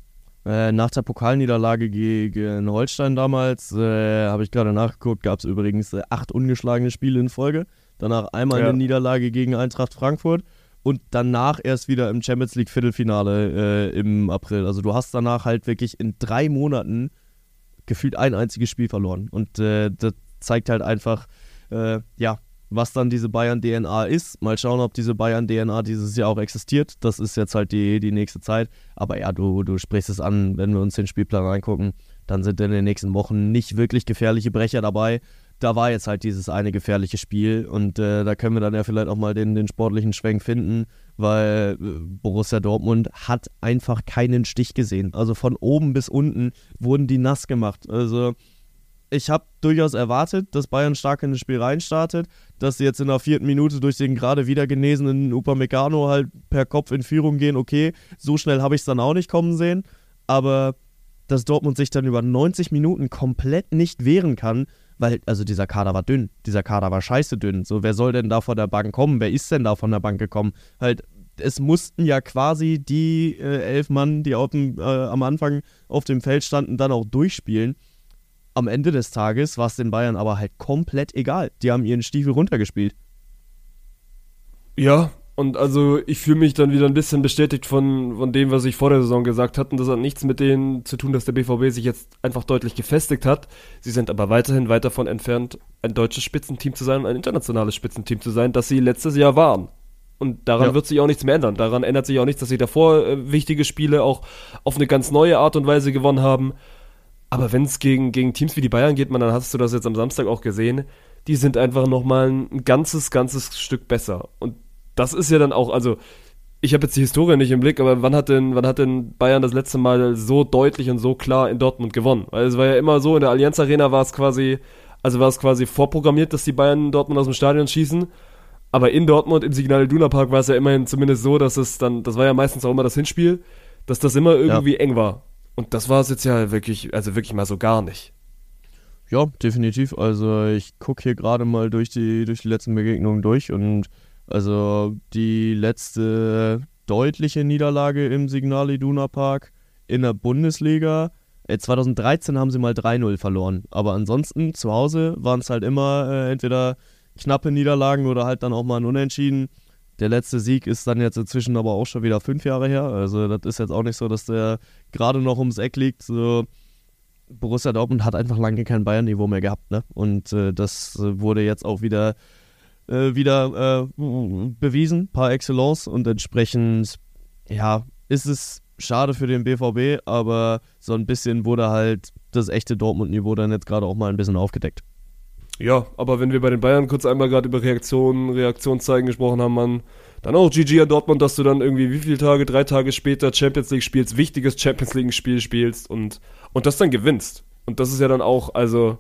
Nach der Pokalniederlage gegen Holstein damals, äh, habe ich gerade nachgeguckt, gab es übrigens äh, acht ungeschlagene Spiele in Folge. Danach einmal ja. eine Niederlage gegen Eintracht Frankfurt und danach erst wieder im Champions League Viertelfinale äh, im April. Also du hast danach halt wirklich in drei Monaten gefühlt ein einziges Spiel verloren. Und äh, das zeigt halt einfach, äh, ja, was dann diese Bayern-D N A ist. Mal schauen, ob diese Bayern-D N A dieses Jahr auch existiert. Das ist jetzt halt die, die nächste Zeit. Aber ja, du, du sprichst es an, wenn wir uns den Spielplan reingucken, dann sind in den nächsten Wochen nicht wirklich gefährliche Brecher dabei. Da war jetzt halt dieses eine gefährliche Spiel und äh, da können wir dann ja vielleicht auch mal den, den sportlichen Schwenk finden, weil äh, Borussia Dortmund hat einfach keinen Stich gesehen. Also von oben bis unten wurden die nass gemacht. Also ich habe durchaus erwartet, dass Bayern stark in das Spiel reinstartet, dass sie jetzt in der vierten Minute durch den gerade wieder genesenen Upamecano halt per Kopf in Führung gehen. Okay, so schnell habe ich es dann auch nicht kommen sehen, aber dass Dortmund sich dann über neunzig Minuten komplett nicht wehren kann, weil, also dieser Kader war dünn, dieser Kader war scheiße dünn. So, wer soll denn da von der Bank kommen? Wer ist denn da von der Bank gekommen? Halt, es mussten ja quasi die äh, elf Mann, die auf dem, äh, am Anfang auf dem Feld standen, dann auch durchspielen. Am Ende des Tages war es den Bayern aber halt komplett egal. Die haben ihren Stiefel runtergespielt. Ja, und also ich fühle mich dann wieder ein bisschen bestätigt von, von dem, was ich vor der Saison gesagt hatte. Und das hat nichts mit denen zu tun, dass der B V B sich jetzt einfach deutlich gefestigt hat. Sie sind aber weiterhin weit davon entfernt, ein deutsches Spitzenteam zu sein und ein internationales Spitzenteam zu sein, das sie letztes Jahr waren. Und daran ja. wird sich auch nichts mehr ändern. Daran ändert sich auch nichts, dass sie davor äh, wichtige Spiele auch auf eine ganz neue Art und Weise gewonnen haben. Aber wenn es gegen, gegen Teams wie die Bayern geht, man, dann hast du das jetzt am Samstag auch gesehen, die sind einfach nochmal ein ganzes, ganzes Stück besser. Und das ist ja dann auch, also ich habe jetzt die Historie nicht im Blick, aber wann hat denn, wann hat denn Bayern das letzte Mal so deutlich und so klar in Dortmund gewonnen? Weil es war ja immer so, in der Allianz Arena war es quasi, also war es quasi vorprogrammiert, dass die Bayern Dortmund aus dem Stadion schießen. Aber in Dortmund im Signal Iduna Park war es ja immerhin zumindest so, dass es dann, das war ja meistens auch immer das Hinspiel, dass das immer irgendwie ja. eng war. Und das war es jetzt ja wirklich, also wirklich mal so gar nicht. Ja, definitiv. Also ich gucke hier gerade mal durch die, durch die letzten Begegnungen durch und also die letzte deutliche Niederlage im Signal Iduna Park in der Bundesliga, äh, zwanzig dreizehn haben sie mal drei null verloren. Aber ansonsten zu Hause waren es halt immer äh, entweder knappe Niederlagen oder halt dann auch mal ein Unentschieden. Der letzte Sieg ist dann jetzt inzwischen aber auch schon wieder fünf Jahre her. Also das ist jetzt auch nicht so, dass der gerade noch ums Eck liegt. So, Borussia Dortmund hat einfach lange kein Bayern-Niveau mehr gehabt, ne? Und äh, das wurde jetzt auch wieder, äh, wieder äh, bewiesen, par excellence. Und entsprechend, ja, ist es schade für den B V B, aber so ein bisschen wurde halt das echte Dortmund-Niveau dann jetzt gerade auch mal ein bisschen aufgedeckt. Ja, aber wenn wir bei den Bayern kurz einmal gerade über Reaktionen, Reaktionszeigen gesprochen haben, Mann, dann auch G G an Dortmund, dass du dann irgendwie wie viele Tage, drei Tage später Champions League spielst, wichtiges Champions League Spiel spielst und, und das dann gewinnst. Und das ist ja dann auch, also...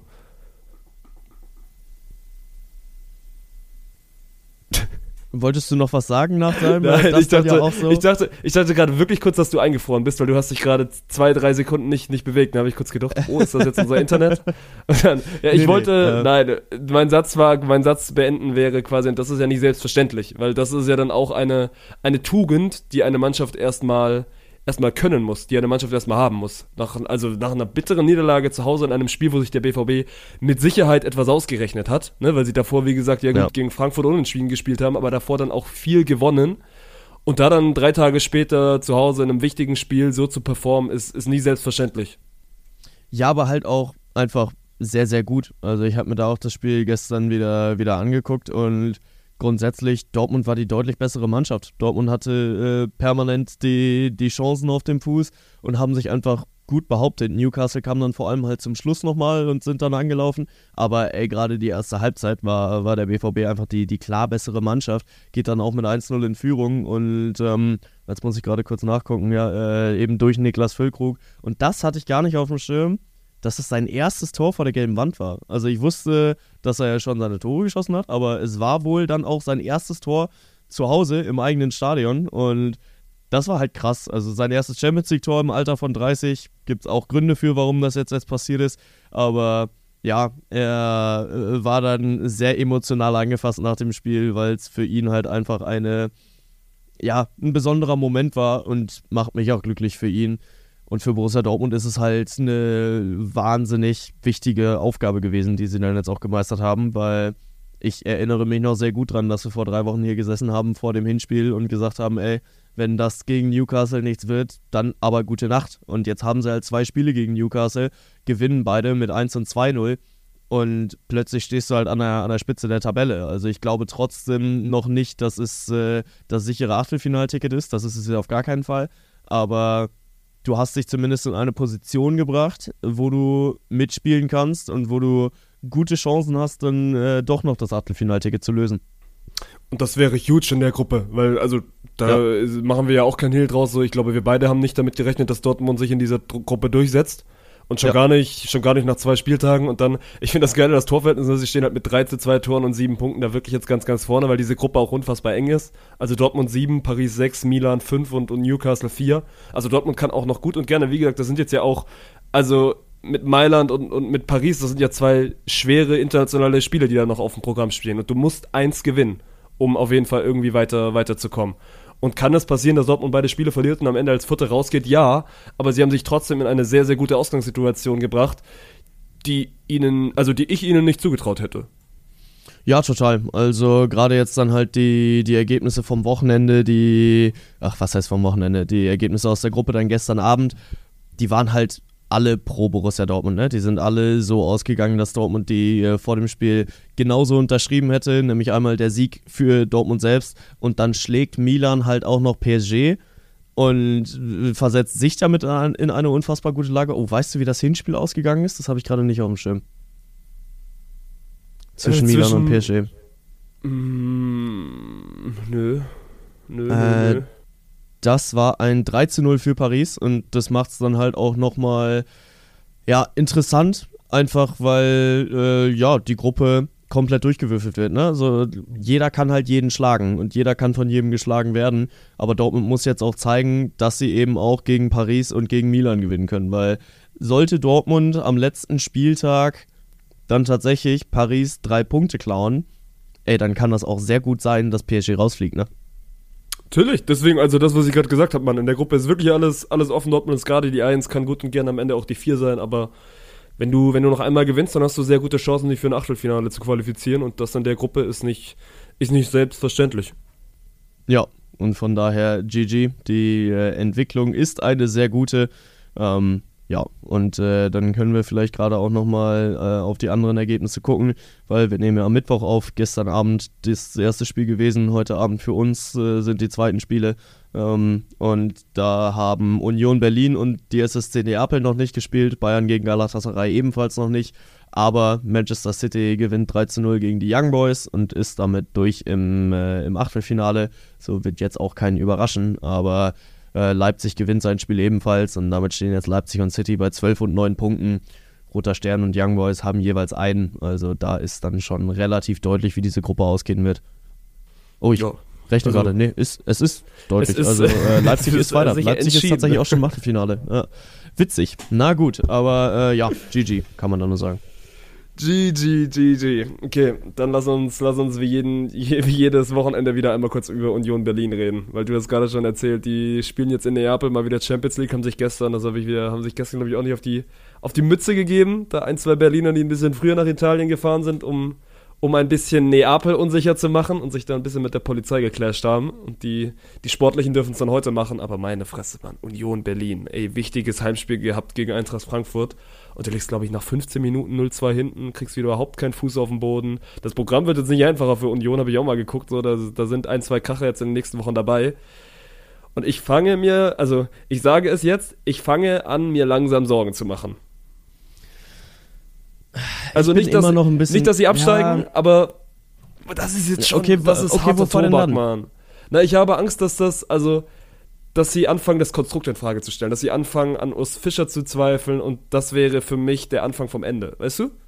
Wolltest du noch was sagen nach deinem? Nein, das ich dachte, ja auch so? ich dachte, ich dachte gerade wirklich kurz, dass du eingefroren bist, weil du hast dich gerade zwei, drei Sekunden nicht, nicht bewegt. Da habe ich kurz gedacht, oh, ist das jetzt unser Internet? Und dann, ja, ich nee, wollte, nee, äh, nein, mein Satz war, mein Satz beenden wäre quasi, und das ist ja nicht selbstverständlich, weil das ist ja dann auch eine, eine Tugend, die eine Mannschaft erstmal erstmal können muss, die eine Mannschaft erstmal haben muss. Nach, also nach einer bitteren Niederlage zu Hause in einem Spiel, wo sich der B V B mit Sicherheit etwas ausgerechnet hat, ne, weil sie davor, wie gesagt, ja gut ja. gegen Frankfurt unentschieden gespielt haben, aber davor dann auch viel gewonnen. Und da dann drei Tage später zu Hause in einem wichtigen Spiel so zu performen, ist, ist nie selbstverständlich. Ja, aber halt auch einfach sehr, sehr gut. Also ich habe mir da auch das Spiel gestern wieder, wieder angeguckt und grundsätzlich, Dortmund war die deutlich bessere Mannschaft. Dortmund hatte äh, permanent die, die Chancen auf dem Fuß und haben sich einfach gut behauptet. Newcastle kam dann vor allem halt zum Schluss nochmal und sind dann angelaufen. Aber ey, gerade die erste Halbzeit war, war der B V B einfach die, die klar bessere Mannschaft. Geht dann auch mit eins null in Führung und ähm, jetzt muss ich gerade kurz nachgucken, ja, äh, eben durch Niklas Füllkrug. Und das hatte ich gar nicht auf dem Schirm, dass es sein erstes Tor vor der gelben Wand war. Also ich wusste, dass er ja schon seine Tore geschossen hat, aber es war wohl dann auch sein erstes Tor zu Hause im eigenen Stadion und das war halt krass. Also sein erstes Champions League-Tor im Alter von dreißig, gibt es auch Gründe für, warum das jetzt erst passiert ist, aber ja, er äh, war dann sehr emotional angefasst nach dem Spiel, weil es für ihn halt einfach eine, ja, ein besonderer Moment war und macht mich auch glücklich für ihn. Und für Borussia Dortmund ist es halt eine wahnsinnig wichtige Aufgabe gewesen, die sie dann jetzt auch gemeistert haben, weil ich erinnere mich noch sehr gut dran, dass wir vor drei Wochen hier gesessen haben vor dem Hinspiel und gesagt haben, ey, wenn das gegen Newcastle nichts wird, dann aber gute Nacht. Und jetzt haben sie halt zwei Spiele gegen Newcastle, gewinnen beide mit eins und zwei null und plötzlich stehst du halt an der, an der Spitze der Tabelle. Also ich glaube trotzdem noch nicht, dass es äh, das sichere Achtelfinalticket ist, das ist es ja auf gar keinen Fall, aber du hast dich zumindest in eine Position gebracht, wo du mitspielen kannst und wo du gute Chancen hast, dann äh, doch noch das Achtelfinalticket zu lösen. Und das wäre huge in der Gruppe, weil also da ja. machen wir ja auch keinen Hehl draus. So, ich glaube, wir beide haben nicht damit gerechnet, dass Dortmund sich in dieser Dr- Gruppe durchsetzt. Und schon ja. gar nicht, schon gar nicht nach zwei Spieltagen. Und dann, ich finde das Geile, das Torverhältnis, sie stehen halt mit drei zu zwei Toren und sieben Punkten da wirklich jetzt ganz, ganz vorne, weil diese Gruppe auch unfassbar eng ist. Also Dortmund sieben, Paris sechs, Milan fünf und, und Newcastle vier. Also Dortmund kann auch noch gut und gerne, wie gesagt, das sind jetzt ja auch, also mit Mailand und, und mit Paris, das sind ja zwei schwere internationale Spiele, die da noch auf dem Programm stehen. Und du musst eins gewinnen, um auf jeden Fall irgendwie weiter, weiterzukommen. Und kann es passieren, dass Dortmund beide Spiele verliert und am Ende als Vierte rausgeht? Ja, aber sie haben sich trotzdem in eine sehr, sehr gute Ausgangssituation gebracht, die ihnen, also die ich ihnen nicht zugetraut hätte. Ja, total. Also gerade jetzt dann halt die, die Ergebnisse vom Wochenende, die, ach, was heißt vom Wochenende? Die Ergebnisse aus der Gruppe dann gestern Abend, die waren halt alle pro Borussia Dortmund, ne? Die sind alle so ausgegangen, dass Dortmund die äh, vor dem Spiel genauso unterschrieben hätte, nämlich einmal der Sieg für Dortmund selbst und dann schlägt Milan halt auch noch P S G und äh, versetzt sich damit an, in eine unfassbar gute Lage. Oh, weißt du, wie das Hinspiel ausgegangen ist? Das habe ich gerade nicht auf dem Schirm. Zwischen, äh, zwischen Milan und P S G. Mm, nö. Nö, äh, nö, nö. Das war ein drei zu null für Paris und das macht es dann halt auch nochmal ja, interessant, einfach weil äh, ja, die Gruppe komplett durchgewürfelt wird. Ne? So, jeder kann halt jeden schlagen und jeder kann von jedem geschlagen werden, aber Dortmund muss jetzt auch zeigen, dass sie eben auch gegen Paris und gegen Milan gewinnen können, weil sollte Dortmund am letzten Spieltag dann tatsächlich Paris drei Punkte klauen, ey, dann kann das auch sehr gut sein, dass P S G rausfliegt, ne? Natürlich, deswegen, also das, was ich gerade gesagt habe, Mann, in der Gruppe ist wirklich alles, alles offen. Dortmund ist gerade die eins, kann gut und gerne am Ende auch die vier sein, aber wenn du, wenn du noch einmal gewinnst, dann hast du sehr gute Chancen, dich für ein Achtelfinale zu qualifizieren und das in der Gruppe ist nicht, ist nicht selbstverständlich. Ja, und von daher G G, die äh, Entwicklung ist eine sehr gute. Ähm, ja, und äh, dann können wir vielleicht gerade auch nochmal äh, auf die anderen Ergebnisse gucken, weil wir nehmen ja am Mittwoch auf, gestern Abend das erste Spiel gewesen, heute Abend für uns äh, sind die zweiten Spiele. Ähm, und da haben Union Berlin und die S S C Neapel noch nicht gespielt, Bayern gegen Galatasaray ebenfalls noch nicht, aber Manchester City gewinnt drei zu null gegen die Young Boys und ist damit durch im, äh, im Achtelfinale. So wird jetzt auch keinen überraschen, aber äh, Leipzig gewinnt sein Spiel ebenfalls und damit stehen jetzt Leipzig und City bei zwölf und neun Punkten. Roter Stern und Young Boys haben jeweils einen, also da ist dann schon relativ deutlich, wie diese Gruppe ausgehen wird. Oh, ich... Ja. Rechne Also, gerade, nee, ist, es ist deutlich. Es ist, also äh, Leipzig es ist ist weiter. sich Leipzig ist entschieden. tatsächlich auch schon im Achtelfinale. Ja. Witzig. Na gut, aber äh, ja, G G, kann man da nur sagen. G G, G G. Okay, dann lass uns, lass uns wie, jeden, je, wie jedes Wochenende wieder einmal kurz über Union Berlin reden, weil du das gerade schon erzählt, die spielen jetzt in Neapel mal wieder Champions League, haben sich gestern, das habe ich wieder, haben sich gestern glaube ich auch nicht auf die, auf die Mütze gegeben, da ein, zwei Berliner, die ein bisschen früher nach Italien gefahren sind, um um ein bisschen Neapel unsicher zu machen und sich da ein bisschen mit der Polizei geclasht haben. Und die, die Sportlichen dürfen es dann heute machen, aber meine Fresse, Mann, Union Berlin, ey, wichtiges Heimspiel gehabt gegen Eintracht Frankfurt. Und du liegst, glaube ich, nach fünfzehn Minuten null zwei hinten, kriegst wieder überhaupt keinen Fuß auf den Boden. Das Programm wird jetzt nicht einfacher für Union, habe ich auch mal geguckt, so, da, da sind ein, zwei Kracher jetzt in den nächsten Wochen dabei. Und ich fange mir, also ich sage es jetzt, ich fange an, mir langsam Sorgen zu machen. Also nicht dass, noch ein bisschen, nicht, dass sie absteigen, ja, aber das ist jetzt schon, okay, das ist okay, harter wovor denn Tobak, dann? Mann. Na, ich habe Angst, dass das, also, dass sie anfangen, das Konstrukt in Frage zu stellen, dass sie anfangen, an Urs Fischer zu zweifeln und das wäre für mich der Anfang vom Ende, weißt du?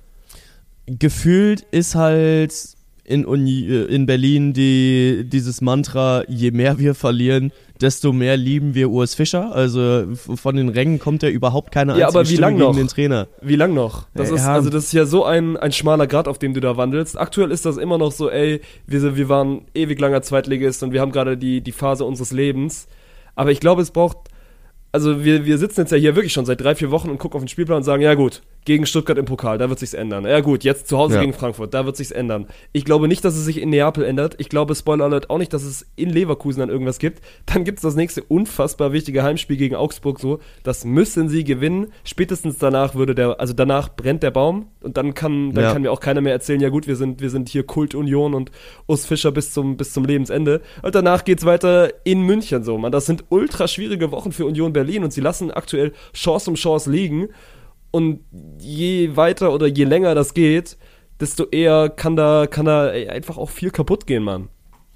Gefühlt ist halt in, Uni, in Berlin die, dieses Mantra, je mehr wir verlieren, desto mehr lieben wir Urs Fischer. Also von den Rängen kommt ja überhaupt keine einzige ja, aber wie Stimme lang gegen noch? den Trainer. Wie lang noch? Das Ja, ist, also das ist ja so ein, ein schmaler Grat, auf dem du da wandelst. Aktuell ist das immer noch so, ey, wir, wir waren ewig langer Zweitligist und wir haben gerade die, die Phase unseres Lebens. Aber ich glaube, es braucht, also wir, wir sitzen jetzt ja hier wirklich schon seit drei, vier Wochen und gucken auf den Spielplan und sagen, ja gut, gegen Stuttgart im Pokal, da wird sich's ändern. Ja gut, jetzt zu Hause Ja. gegen Frankfurt, da wird sich's ändern. Ich glaube nicht, dass es sich in Neapel ändert. Ich glaube, Spoiler Alert, auch nicht, dass es in Leverkusen dann irgendwas gibt. Dann gibt's das nächste unfassbar wichtige Heimspiel gegen Augsburg so. Das müssen sie gewinnen. Spätestens danach würde der, also danach brennt der Baum und dann kann, dann Ja. kann mir auch keiner mehr erzählen, ja gut, wir sind, wir sind hier Kultunion und Urs Fischer bis zum, bis zum Lebensende. Und danach geht's weiter in München so, man. Das sind ultra schwierige Wochen für Union Berlin und sie lassen aktuell Chance um Chance liegen. Und je weiter oder je länger das geht, desto eher kann da, kann da ey, einfach auch viel kaputt gehen, Mann.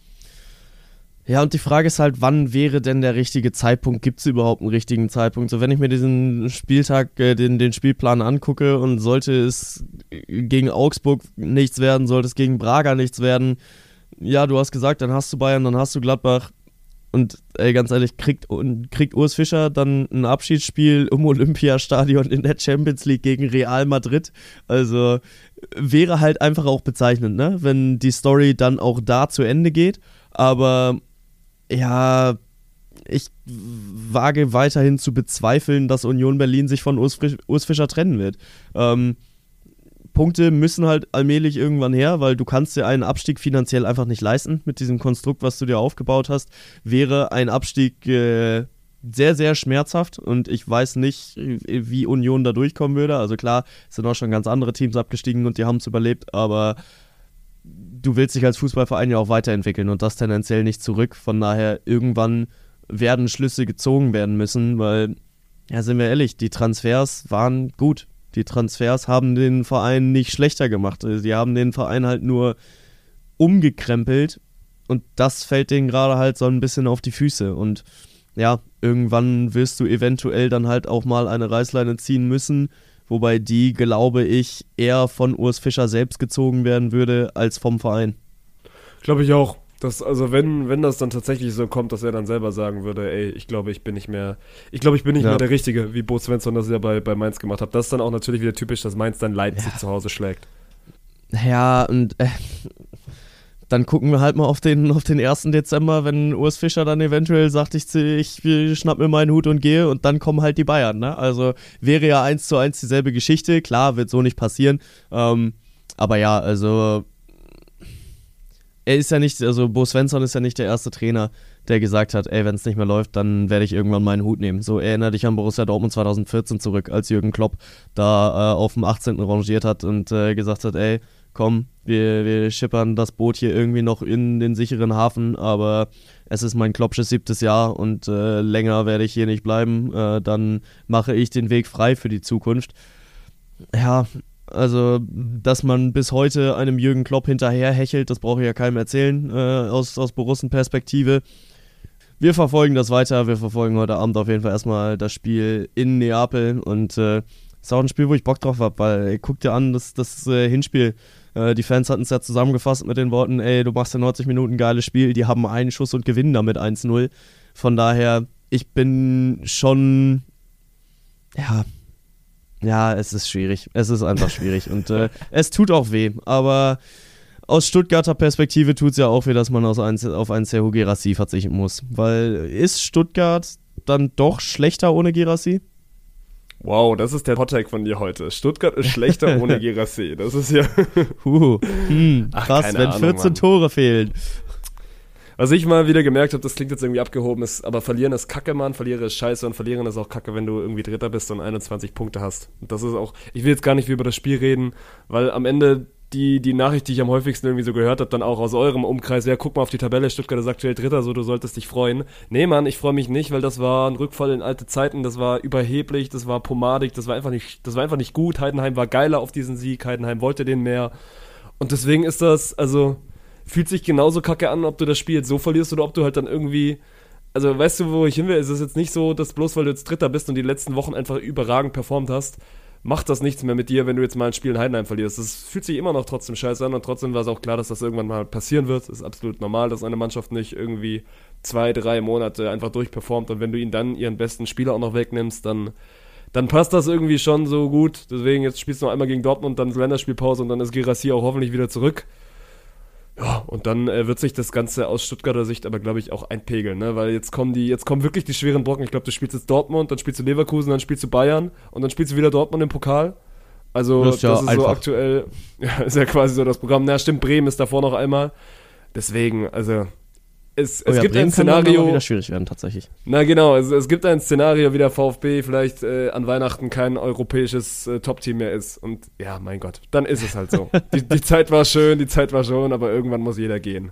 Ja, und die Frage ist halt, wann wäre denn der richtige Zeitpunkt? Gibt es überhaupt einen richtigen Zeitpunkt? So, wenn ich mir diesen Spieltag, äh, den, den Spielplan angucke und sollte es gegen Augsburg nichts werden, sollte es gegen Braga nichts werden, ja, du hast gesagt, dann hast du Bayern, dann hast du Gladbach. Und ey, ganz ehrlich, kriegt, kriegt Urs Fischer dann ein Abschiedsspiel im Olympiastadion in der Champions League gegen Real Madrid? Also wäre halt einfach auch bezeichnend, ne? Wenn die Story dann auch da zu Ende geht. Aber ja, ich wage weiterhin zu bezweifeln, dass Union Berlin sich von Urs, Frisch, Urs Fischer trennen wird. Ähm, Punkte müssen halt allmählich irgendwann her, weil du kannst dir einen Abstieg finanziell einfach nicht leisten mit diesem Konstrukt, was du dir aufgebaut hast. Wäre ein Abstieg äh, sehr, sehr schmerzhaft und ich weiß nicht, wie Union da durchkommen würde. Also klar, es sind auch schon ganz andere Teams abgestiegen und die haben es überlebt, aber du willst dich als Fußballverein ja auch weiterentwickeln und das tendenziell nicht zurück. Von daher, irgendwann werden Schlüsse gezogen werden müssen, weil, ja, sind wir ehrlich, die Transfers waren gut. Die Transfers haben den Verein nicht schlechter gemacht. Sie haben den Verein halt nur umgekrempelt und das fällt denen gerade halt so ein bisschen auf die Füße. Und ja, irgendwann wirst du eventuell dann halt auch mal eine Reißleine ziehen müssen, wobei die, glaube ich, eher von Urs Fischer selbst gezogen werden würde, als vom Verein. Glaube ich auch. Das, also wenn, wenn das dann tatsächlich so kommt, dass er dann selber sagen würde, ey, ich glaube, ich bin nicht mehr, ich glaube, ich bin nicht Ja. mehr der Richtige, wie Bo Svensson das ja bei, bei Mainz gemacht hat. Das ist dann auch natürlich wieder typisch, dass Mainz dann Leipzig Ja. zu Hause schlägt. Ja, und äh, dann gucken wir halt mal auf den, auf den ersten Dezember, wenn Urs Fischer dann eventuell sagt, ich, ich, ich schnapp mir meinen Hut und gehe, und dann kommen halt die Bayern, ne? Also wäre ja eins zu eins dieselbe Geschichte, klar, wird so nicht passieren, ähm, aber ja, also er ist ja nicht, also Bo Svensson ist ja nicht der erste Trainer, der gesagt hat, ey, wenn es nicht mehr läuft, dann werde ich irgendwann meinen Hut nehmen. So erinnere dich an Borussia Dortmund zwanzig vierzehn zurück, als Jürgen Klopp da äh, auf dem achtzehnten rangiert hat und äh, gesagt hat, ey, komm, wir, wir schippern das Boot hier irgendwie noch in den sicheren Hafen, aber es ist mein Kloppsches siebtes Jahr und äh, länger werde ich hier nicht bleiben, äh, dann mache ich den Weg frei für die Zukunft. Ja, also, dass man bis heute einem Jürgen Klopp hinterherhechelt, das brauche ich ja keinem erzählen, äh, aus, aus Borussen-Perspektive. Wir verfolgen das weiter, wir verfolgen heute Abend auf jeden Fall erstmal das Spiel in Neapel und äh, ist auch ein Spiel, wo ich Bock drauf habe, weil ey, guck dir an, das, das äh, Hinspiel, äh, die Fans hatten es ja zusammengefasst mit den Worten, ey, du machst ja neunzig Minuten ein geiles Spiel, die haben einen Schuss und gewinnen damit eins null. Von daher, ich bin schon, ja... Ja, es ist schwierig. Es ist einfach schwierig. Und äh, es tut auch weh. Aber aus Stuttgarter Perspektive tut es ja auch weh, dass man aus ein, auf einen Serhou Guirassy verzichten muss. Weil ist Stuttgart dann doch schlechter ohne Guirassy? Wow, das ist der Hottag von dir heute. Stuttgart ist schlechter ohne Guirassy. Das ist ja... Huh. Hm, Ach, krass, keine wenn Ahnung, vierzehn Mann. Tore fehlen. Was ich mal wieder gemerkt habe, das klingt jetzt irgendwie abgehoben, ist, aber verlieren ist kacke, Mann, verlieren ist scheiße und verlieren ist auch kacke, wenn du irgendwie Dritter bist und einundzwanzig Punkte hast. Und das ist auch, ich will jetzt gar nicht über das Spiel reden, weil am Ende die, die Nachricht, die ich am häufigsten irgendwie so gehört habe, dann auch aus eurem Umkreis, ja, guck mal auf die Tabelle, Stuttgart ist aktuell Dritter, so, du solltest dich freuen. Nee, Mann, ich freue mich nicht, weil das war ein Rückfall in alte Zeiten, das war überheblich, das war pomadig, das war einfach nicht, das war einfach nicht gut. Heidenheim war geiler auf diesen Sieg, Heidenheim wollte den mehr. Und deswegen ist das, also... fühlt sich genauso kacke an, ob du das Spiel jetzt so verlierst oder ob du halt dann irgendwie, also weißt du, wo ich hin will, es ist jetzt nicht so, dass bloß weil du jetzt Dritter bist und die letzten Wochen einfach überragend performt hast, macht das nichts mehr mit dir, wenn du jetzt mal ein Spiel in Heidenheim verlierst. Das fühlt sich immer noch trotzdem scheiße an und trotzdem war es auch klar, dass das irgendwann mal passieren wird. Das ist absolut normal, dass eine Mannschaft nicht irgendwie zwei, drei Monate einfach durchperformt und wenn du ihnen dann ihren besten Spieler auch noch wegnimmst, dann dann passt das irgendwie schon so gut. Deswegen jetzt spielst du noch einmal gegen Dortmund, dann ist Länderspielpause und dann ist Guirassy auch hoffentlich wieder zurück. Ja, und dann äh, wird sich das Ganze aus Stuttgarter Sicht aber, glaube ich, auch einpegeln, ne? Weil jetzt kommen die, jetzt kommen wirklich die schweren Brocken. Ich glaube, du spielst jetzt Dortmund, dann spielst du Leverkusen, dann spielst du Bayern und dann spielst du wieder Dortmund im Pokal. Also Das das ist ja ist so einfach. aktuell, ja, ist ja quasi so das Programm. Na stimmt, Bremen ist davor noch einmal. Deswegen, also es, Oh es ja, gibt Bremen ein kann dann Szenario. aber wieder schwierig werden, tatsächlich. Na genau, es, es gibt ein Szenario, wie der VfB vielleicht äh, an Weihnachten kein europäisches äh, Top-Team mehr ist. Und ja, mein Gott, dann ist es halt so. die, die Zeit war schön, die Zeit war schon, aber irgendwann muss jeder gehen.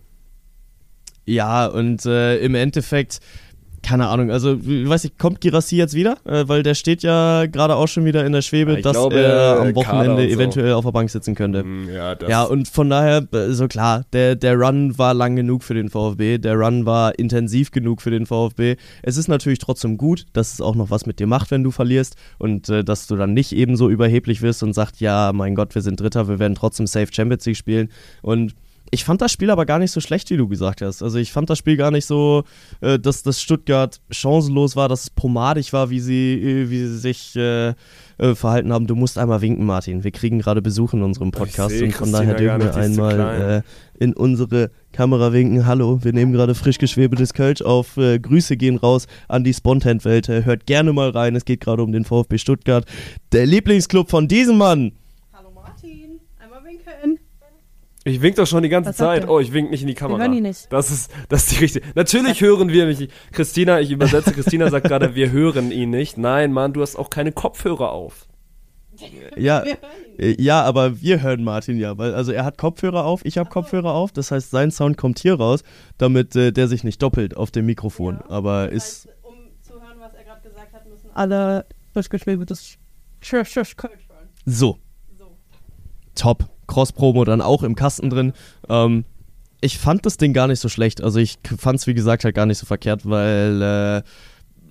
Ja, und äh, im Endeffekt, keine Ahnung, also, ich weiß nicht, kommt Guirassy jetzt wieder? Äh, weil der steht ja gerade auch schon wieder in der Schwebe, Ja, ich dass glaube, er am äh, Kader Wochenende und so. eventuell auf der Bank sitzen könnte. Mm, Ja, das Ja, und von daher, äh, so klar, der, der Run war lang genug für den VfB, der Run war intensiv genug für den VfB. Es ist natürlich trotzdem gut, dass es auch noch was mit dir macht, wenn du verlierst und äh, dass du dann nicht eben so überheblich wirst und sagst, ja, mein Gott, wir sind Dritter, wir werden trotzdem safe Champions League spielen. Und ich fand das Spiel aber gar nicht so schlecht, wie du gesagt hast. Also ich fand das Spiel gar nicht so, äh, dass das Stuttgart chancenlos war, dass es pomadig war, wie sie, äh, wie sie sich äh, äh, verhalten haben. Du musst einmal winken, Martin. Wir kriegen gerade Besuch in unserem Podcast Ich seh und von Christina daher dürfen gar wir nicht, die ist zu einmal klein. äh, in unsere Kamera winken. Hallo, wir nehmen gerade frisch geschwebetes Kölsch auf. Äh, Grüße gehen raus an die Spontan-Welt. Äh, hört gerne mal rein. Es geht gerade um den VfB Stuttgart. Der Lieblingsclub von diesem Mann. Hallo Martin, einmal winken. Ich wink doch schon die ganze Was sagt Zeit. er? Oh, ich wink nicht in die Kamera. hören ihn nicht. Das ist, das ist die richtige. Natürlich hören wir mich. Christina, ich übersetze. Christina sagt gerade, wir hören ihn nicht. Nein, Mann, du hast auch keine Kopfhörer auf. Ja, Wir hören ihn. äh, ja, aber wir hören Martin ja, weil also er hat Kopfhörer auf, ich habe Kopfhörer auf, das heißt sein Sound kommt hier raus, damit äh, der sich nicht doppelt auf dem Mikrofon, Ja, aber das ist, heißt, um zu hören, was er gerade gesagt hat, müssen alle durchgeschwebetes Kölsch hören. so, So. top, Cross-Promo dann auch im Kasten drin, ähm, ich fand das Ding gar nicht so schlecht, also ich fand es wie gesagt halt gar nicht so verkehrt, weil äh,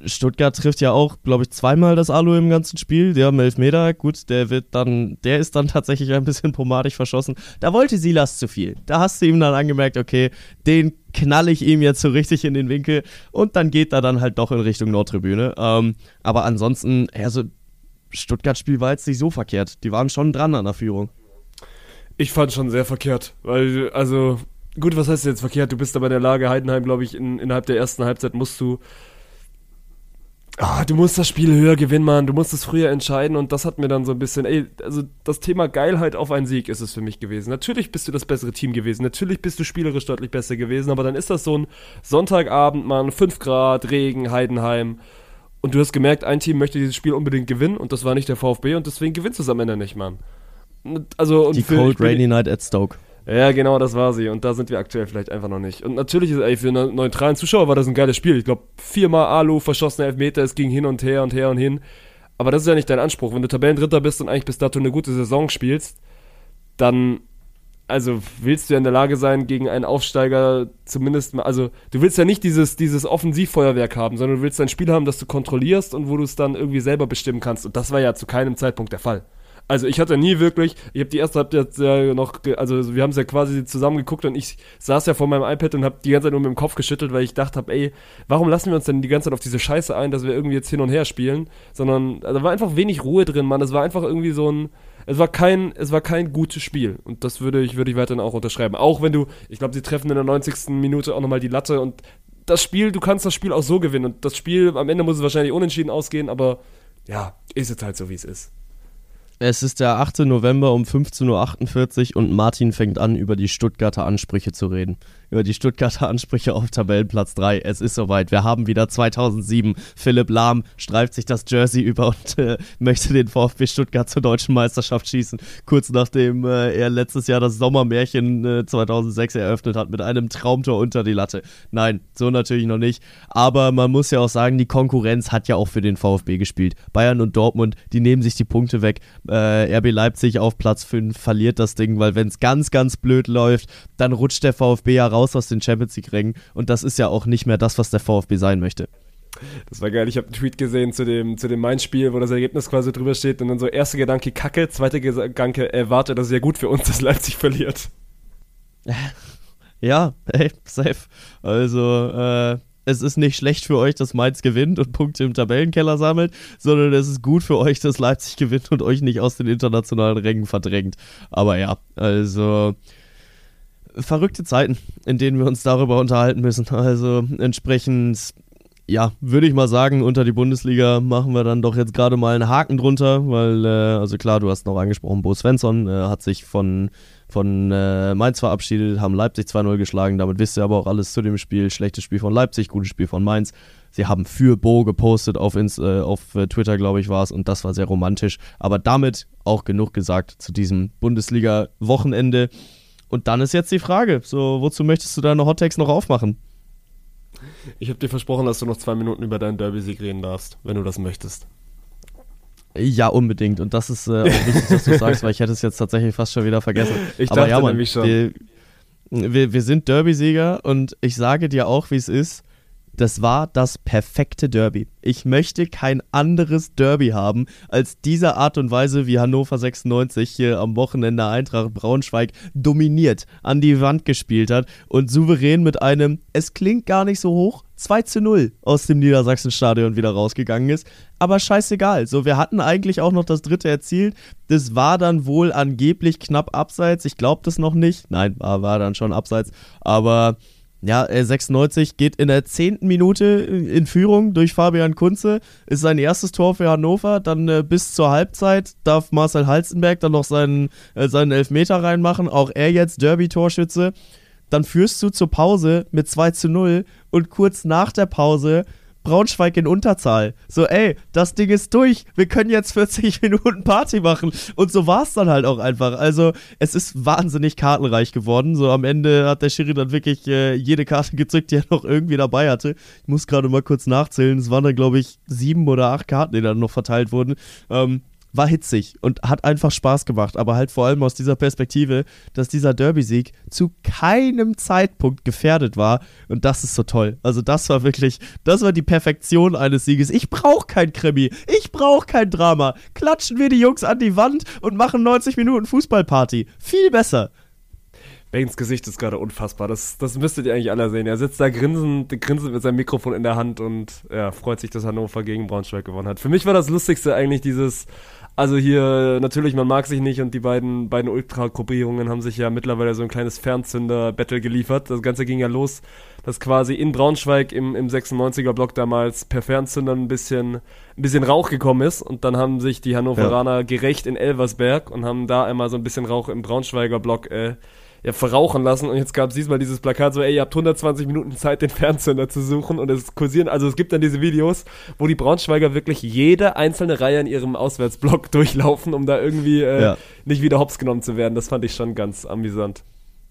Stuttgart trifft ja auch, glaube ich, zweimal das Alu im ganzen Spiel. Die haben Elfmeter. Gut, der wird dann, der ist dann tatsächlich ein bisschen pomadig verschossen. Da wollte Silas zu viel. Da hast du ihm dann angemerkt, okay, den knall ich ihm jetzt so richtig in den Winkel und dann geht er dann halt doch in Richtung Nordtribüne. Ähm, aber ansonsten, also Stuttgart-Spiel war jetzt nicht so verkehrt. Die waren schon dran an der Führung. Ich fand schon sehr verkehrt, weil, also, gut, was heißt jetzt verkehrt? Du bist aber in der Lage, Heidenheim, glaube ich, in, innerhalb der ersten Halbzeit musst du, ah, du musst das Spiel höher gewinnen, Mann, du musst es früher entscheiden und das hat mir dann so ein bisschen, ey, also das Thema Geilheit auf einen Sieg ist es für mich gewesen. Natürlich bist du das bessere Team gewesen, natürlich bist du spielerisch deutlich besser gewesen, aber dann ist das so ein Sonntagabend, Mann, fünf Grad, Regen, Heidenheim. Und du hast gemerkt, ein Team möchte dieses Spiel unbedingt gewinnen und das war nicht der VfB und deswegen gewinnst du es am Ende nicht, Mann. Also, und die für, Cold Rainy Night at Stoke. Ja, genau, das war sie und da sind wir aktuell vielleicht einfach noch nicht. Und natürlich ist, ey, für einen neutralen Zuschauer war das ein geiles Spiel. Ich glaube, viermal Alu, verschossene Elfmeter, es ging hin und her und her und hin. Aber das ist ja nicht dein Anspruch. Wenn du Tabellendritter bist und eigentlich bis dato eine gute Saison spielst, dann, also willst du ja in der Lage sein, gegen einen Aufsteiger zumindest mal, also du willst ja nicht dieses, dieses Offensivfeuerwerk haben, sondern du willst ein Spiel haben, das du kontrollierst und wo du es dann irgendwie selber bestimmen kannst. Und das war ja zu keinem Zeitpunkt der Fall. Also ich hatte nie wirklich, ich habe die erste Halbzeit ja noch, also wir haben es ja quasi zusammen geguckt und ich saß ja vor meinem iPad und habe die ganze Zeit nur mit dem Kopf geschüttelt, weil ich dachte hab, ey, warum lassen wir uns denn die ganze Zeit auf diese Scheiße ein, dass wir irgendwie jetzt hin und her spielen, sondern also, da war einfach wenig Ruhe drin, Mann, es war einfach irgendwie so ein, es war kein, es war kein gutes Spiel und das würde ich, würde ich weiterhin auch unterschreiben, auch wenn du, ich glaube, sie treffen in der neunzigsten Minute auch nochmal die Latte und das Spiel, du kannst das Spiel auch so gewinnen und das Spiel, am Ende muss es wahrscheinlich unentschieden ausgehen, aber ja, ist jetzt halt so, wie es ist. Es ist der achte November um fünfzehn Uhr achtundvierzig und Martin fängt an, über die Stuttgarter Ansprüche zu reden. Über die Stuttgarter Ansprüche auf Tabellenplatz drei. Es ist soweit. Wir haben wieder zweitausendsieben. Philipp Lahm streift sich das Jersey über und äh, möchte den VfB Stuttgart zur deutschen Meisterschaft schießen. Kurz nachdem äh, er letztes Jahr das Sommermärchen äh, zweitausendsechs eröffnet hat mit einem Traumtor unter die Latte. Nein, so natürlich noch nicht. Aber man muss ja auch sagen, die Konkurrenz hat ja auch für den VfB gespielt. Bayern und Dortmund, die nehmen sich die Punkte weg. Äh, R B Leipzig auf Platz fünf verliert das Ding, weil wenn es ganz, ganz blöd läuft, dann rutscht der VfB ja raus aus den Champions-League-Rängen und das ist ja auch nicht mehr das, was der VfB sein möchte. Das war geil, ich habe einen Tweet gesehen zu dem, zu dem Main-Spiel, wo das Ergebnis quasi drüber steht und dann so erster Gedanke Kacke, zweiter Gedanke, äh, warte, das ist ja gut für uns, dass Leipzig verliert. Ja, ey, safe. Also, äh, es ist nicht schlecht für euch, dass Mainz gewinnt und Punkte im Tabellenkeller sammelt, sondern es ist gut für euch, dass Leipzig gewinnt und euch nicht aus den internationalen Rängen verdrängt. Aber ja, also verrückte Zeiten, in denen wir uns darüber unterhalten müssen. Also entsprechend, ja, würde ich mal sagen, unter die Bundesliga machen wir dann doch jetzt gerade mal einen Haken drunter, weil, äh, also klar, du hast noch angesprochen, Bo Svensson äh, hat sich von von äh, Mainz verabschiedet, haben Leipzig zwei null geschlagen, damit wisst ihr aber auch alles zu dem Spiel. Schlechtes Spiel von Leipzig, gutes Spiel von Mainz. Sie haben für Bo gepostet, auf, ins, äh, auf äh, Twitter, glaube ich, war es, und das war sehr romantisch. Aber damit auch genug gesagt zu diesem Bundesliga-Wochenende. Und dann ist jetzt die Frage, so, wozu möchtest du deine Hottakes noch aufmachen? Ich habe dir versprochen, dass du noch zwei Minuten über deinen Derby-Sieg reden darfst, wenn du das möchtest. Ja, unbedingt. Und das ist äh, auch wichtig, dass du sagst, weil ich hätte es jetzt tatsächlich fast schon wieder vergessen. Ich Aber dachte ja, Mann, nämlich schon. Wir, wir, wir sind Derby-Sieger und ich sage dir auch, wie es ist. Das war das perfekte Derby. Ich möchte kein anderes Derby haben, als diese Art und Weise, wie Hannover sechsundneunzig hier am Wochenende Eintracht Braunschweig dominiert, an die Wand gespielt hat und souverän mit einem, es klingt gar nicht so hoch, zwei zu null aus dem Niedersachsenstadion wieder rausgegangen ist. Aber scheißegal. So, wir hatten eigentlich auch noch das dritte erzielt. Das war dann wohl angeblich knapp abseits. Ich glaube das noch nicht. Nein, war, war dann schon abseits. Aber ja, sechsundneunzig geht in der zehnten Minute in Führung durch Fabian Kunze, ist sein erstes Tor für Hannover, dann äh, bis zur Halbzeit darf Marcel Halstenberg dann noch seinen, äh, seinen Elfmeter reinmachen, auch er jetzt Derby-Torschütze. Dann führst du zur Pause mit zwei zu null und kurz nach der Pause Braunschweig in Unterzahl. So, ey, das Ding ist durch. Wir können jetzt vierzig Minuten Party machen. Und so war es dann halt auch einfach. Also, es ist wahnsinnig kartenreich geworden. So, am Ende hat der Schiri dann wirklich äh, jede Karte gezückt, die er noch irgendwie dabei hatte. Ich muss gerade mal kurz nachzählen. Es waren dann, glaube ich, sieben oder acht Karten, die dann noch verteilt wurden. Ähm, war hitzig und hat einfach Spaß gemacht, aber halt vor allem aus dieser Perspektive, dass dieser Derby-Sieg zu keinem Zeitpunkt gefährdet war und das ist so toll. Also das war wirklich, das war die Perfektion eines Sieges. Ich brauche kein Krimi, ich brauche kein Drama. Klatschen wir die Jungs an die Wand und machen neunzig Minuten Fußballparty. Viel besser. Banes Gesicht ist gerade unfassbar. Das, das müsstet ihr eigentlich alle sehen. Er sitzt da grinsend, grinsend mit seinem Mikrofon in der Hand und ja, freut sich, dass Hannover gegen Braunschweig gewonnen hat. Für mich war das Lustigste eigentlich dieses, also hier, natürlich, man mag sich nicht und die beiden, beiden Ultra-Gruppierungen haben sich ja mittlerweile so ein kleines Fernzünder-Battle geliefert. Das Ganze ging ja los, dass quasi in Braunschweig im, im sechsundneunziger-Block damals per Fernzündern ein bisschen, ein bisschen Rauch gekommen ist und dann haben sich die Hannoveraner ja. gerecht in Elversberg und haben da einmal so ein bisschen Rauch im Braunschweiger Block äh, ja, verrauchen lassen und jetzt gab es diesmal dieses Plakat so, ey, ihr habt hundertzwanzig Minuten Zeit, den Fernzünder zu suchen und es kursieren, also es gibt dann diese Videos, wo die Braunschweiger wirklich jede einzelne Reihe in ihrem Auswärtsblock durchlaufen, um da irgendwie äh, ja. nicht wieder hops genommen zu werden. Das fand ich schon ganz amüsant.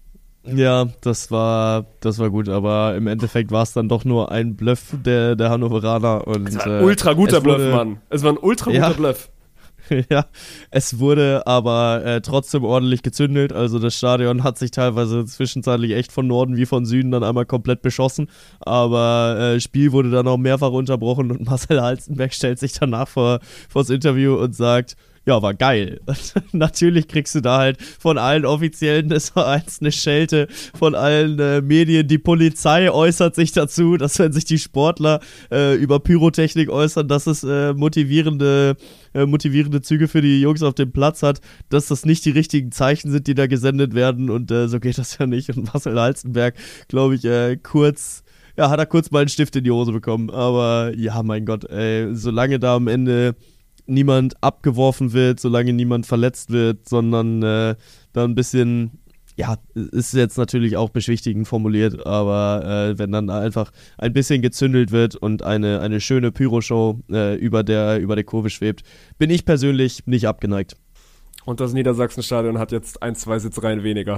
Ja, das war, das war gut, aber im Endeffekt war es dann doch nur ein Bluff der, der Hannoveraner. Und, es war ein ultra guter Bluff, wurde, Mann. Es war ein ultra guter ja. Bluff. Ja, es wurde aber äh, trotzdem ordentlich gezündelt, also das Stadion hat sich teilweise zwischenzeitlich echt von Norden wie von Süden dann einmal komplett beschossen, aber äh, Spiel wurde dann auch mehrfach unterbrochen und Marcel Halstenberg stellt sich danach vor, vor das Interview und sagt, ja, war geil. Natürlich kriegst du da halt von allen Offiziellen des Vereins eine Schelte, von allen äh, Medien. Die Polizei äußert sich dazu, dass wenn sich die Sportler äh, über Pyrotechnik äußern, dass es äh, motivierende, äh, motivierende Züge für die Jungs auf dem Platz hat, dass das nicht die richtigen Zeichen sind, die da gesendet werden und äh, so geht das ja nicht. Und Marcel Halstenberg, glaube ich, äh, kurz... Ja, hat er kurz mal einen Stift in die Hose bekommen. Aber ja, mein Gott, ey, solange da am Ende niemand abgeworfen wird, solange niemand verletzt wird, sondern äh, da ein bisschen, ja, ist jetzt natürlich auch beschwichtigend formuliert, aber äh, wenn dann einfach ein bisschen gezündelt wird und eine, eine schöne Pyroshow äh, über der, über der Kurve schwebt, bin ich persönlich nicht abgeneigt. Und das Niedersachsenstadion hat jetzt ein, zwei Sitzreihen weniger.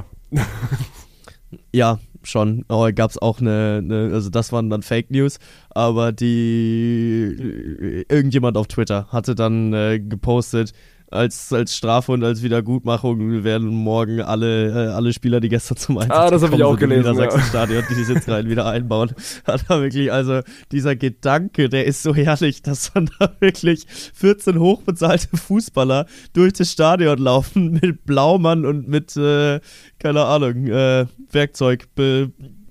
Ja, schon. Oh, gab es auch eine, eine, also das waren dann Fake News, aber die, irgendjemand auf Twitter hatte dann äh, gepostet, als, als Strafe und als Wiedergutmachung werden morgen alle, äh, alle Spieler, die gestern zum Einsatz ah, das hab ich auch sind, gelesen, im Niedersachsenstadion, ja. die Sitzreihen wieder einbauen. Hat da wirklich, also dieser Gedanke, der ist so herrlich, dass man da wirklich vierzehn hochbezahlte Fußballer durch das Stadion laufen mit Blaumann und mit, äh, keine Ahnung, äh, Werkzeug be,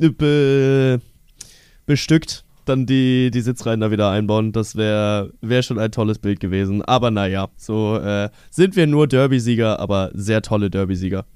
be, bestückt. Dann die, die Sitzreihen da wieder einbauen. Das wäre wär schon ein tolles Bild gewesen. Aber naja, so äh, sind wir nur Derby-Sieger, aber sehr tolle Derby-Sieger.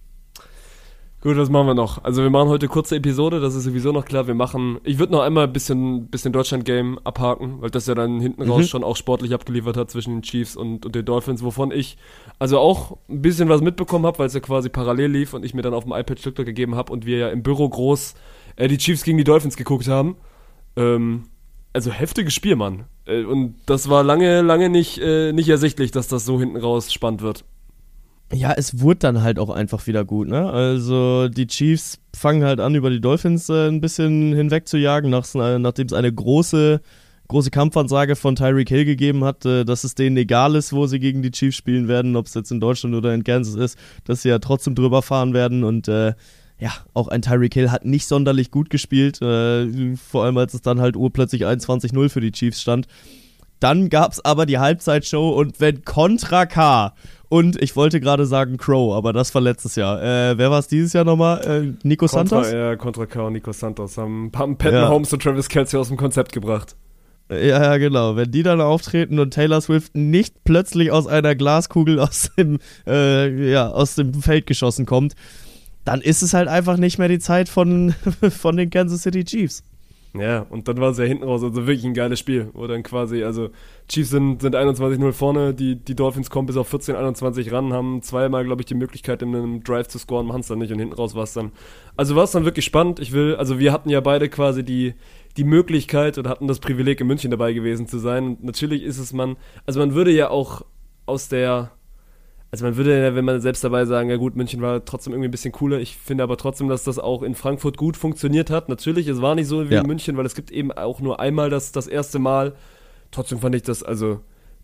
Gut, was machen wir noch? Also wir machen heute kurze Episode, das ist sowieso noch klar. Wir machen, ich würde noch einmal ein bisschen, bisschen Deutschland-Game abhaken, weil das ja dann hinten mhm. raus schon auch sportlich abgeliefert hat zwischen den Chiefs und, und den Dolphins, wovon ich also auch ein bisschen was mitbekommen habe, weil es ja quasi parallel lief und ich mir dann auf dem iPad Stück gegeben habe und wir ja im Büro groß äh, die Chiefs gegen die Dolphins geguckt haben. Ähm, also heftiges Spiel, Mann. Äh, und das war lange, lange nicht, äh, nicht ersichtlich, dass das so hinten raus spannend wird. Ja, es wurde dann halt auch einfach wieder gut, ne? Also die Chiefs fangen halt an, über die Dolphins äh, ein bisschen hinweg zu jagen, nach, nachdem es eine große, große Kampfansage von Tyreek Hill gegeben hat, äh, dass es denen egal ist, wo sie gegen die Chiefs spielen werden, ob es jetzt in Deutschland oder in Kansas ist, dass sie ja trotzdem drüber fahren werden und äh, ja, auch ein Tyreek Hill hat nicht sonderlich gut gespielt, äh, vor allem als es dann halt urplötzlich einundzwanzig null für die Chiefs stand. Dann gab's aber die Halbzeitshow und wenn Contra K und ich wollte gerade sagen Crow, aber das war letztes Jahr. Äh, wer war es dieses Jahr nochmal? Äh, Nico Contra, Santos? Ja, Contra K und Nico Santos haben, haben Patton ja. Holmes und Travis Kelce aus dem Konzept gebracht. Ja, ja, genau. Wenn die dann auftreten und Taylor Swift nicht plötzlich aus einer Glaskugel aus dem, äh, ja, aus dem Feld geschossen kommt, dann ist es halt einfach nicht mehr die Zeit von, von den Kansas City Chiefs. Ja, und dann war es ja hinten raus, also wirklich ein geiles Spiel, wo dann quasi, also Chiefs sind, sind einundzwanzig null vorne, die, die Dolphins kommen bis auf vierzehn einundzwanzig ran, haben zweimal, glaube ich, die Möglichkeit, in einem Drive zu scoren, machen es dann nicht und hinten raus war es dann, also war es dann wirklich spannend. Ich will, also wir hatten ja beide quasi die, die Möglichkeit oder hatten das Privileg, in München dabei gewesen zu sein und natürlich ist es man, also man würde ja auch aus der... Also man würde ja, wenn man selbst dabei sagen, ja gut, München war trotzdem irgendwie ein bisschen cooler. Ich finde aber trotzdem, dass das auch in Frankfurt gut funktioniert hat. Natürlich, es war nicht so wie ja. in München, weil es gibt eben auch nur einmal das, das erste Mal. Trotzdem fand ich das, also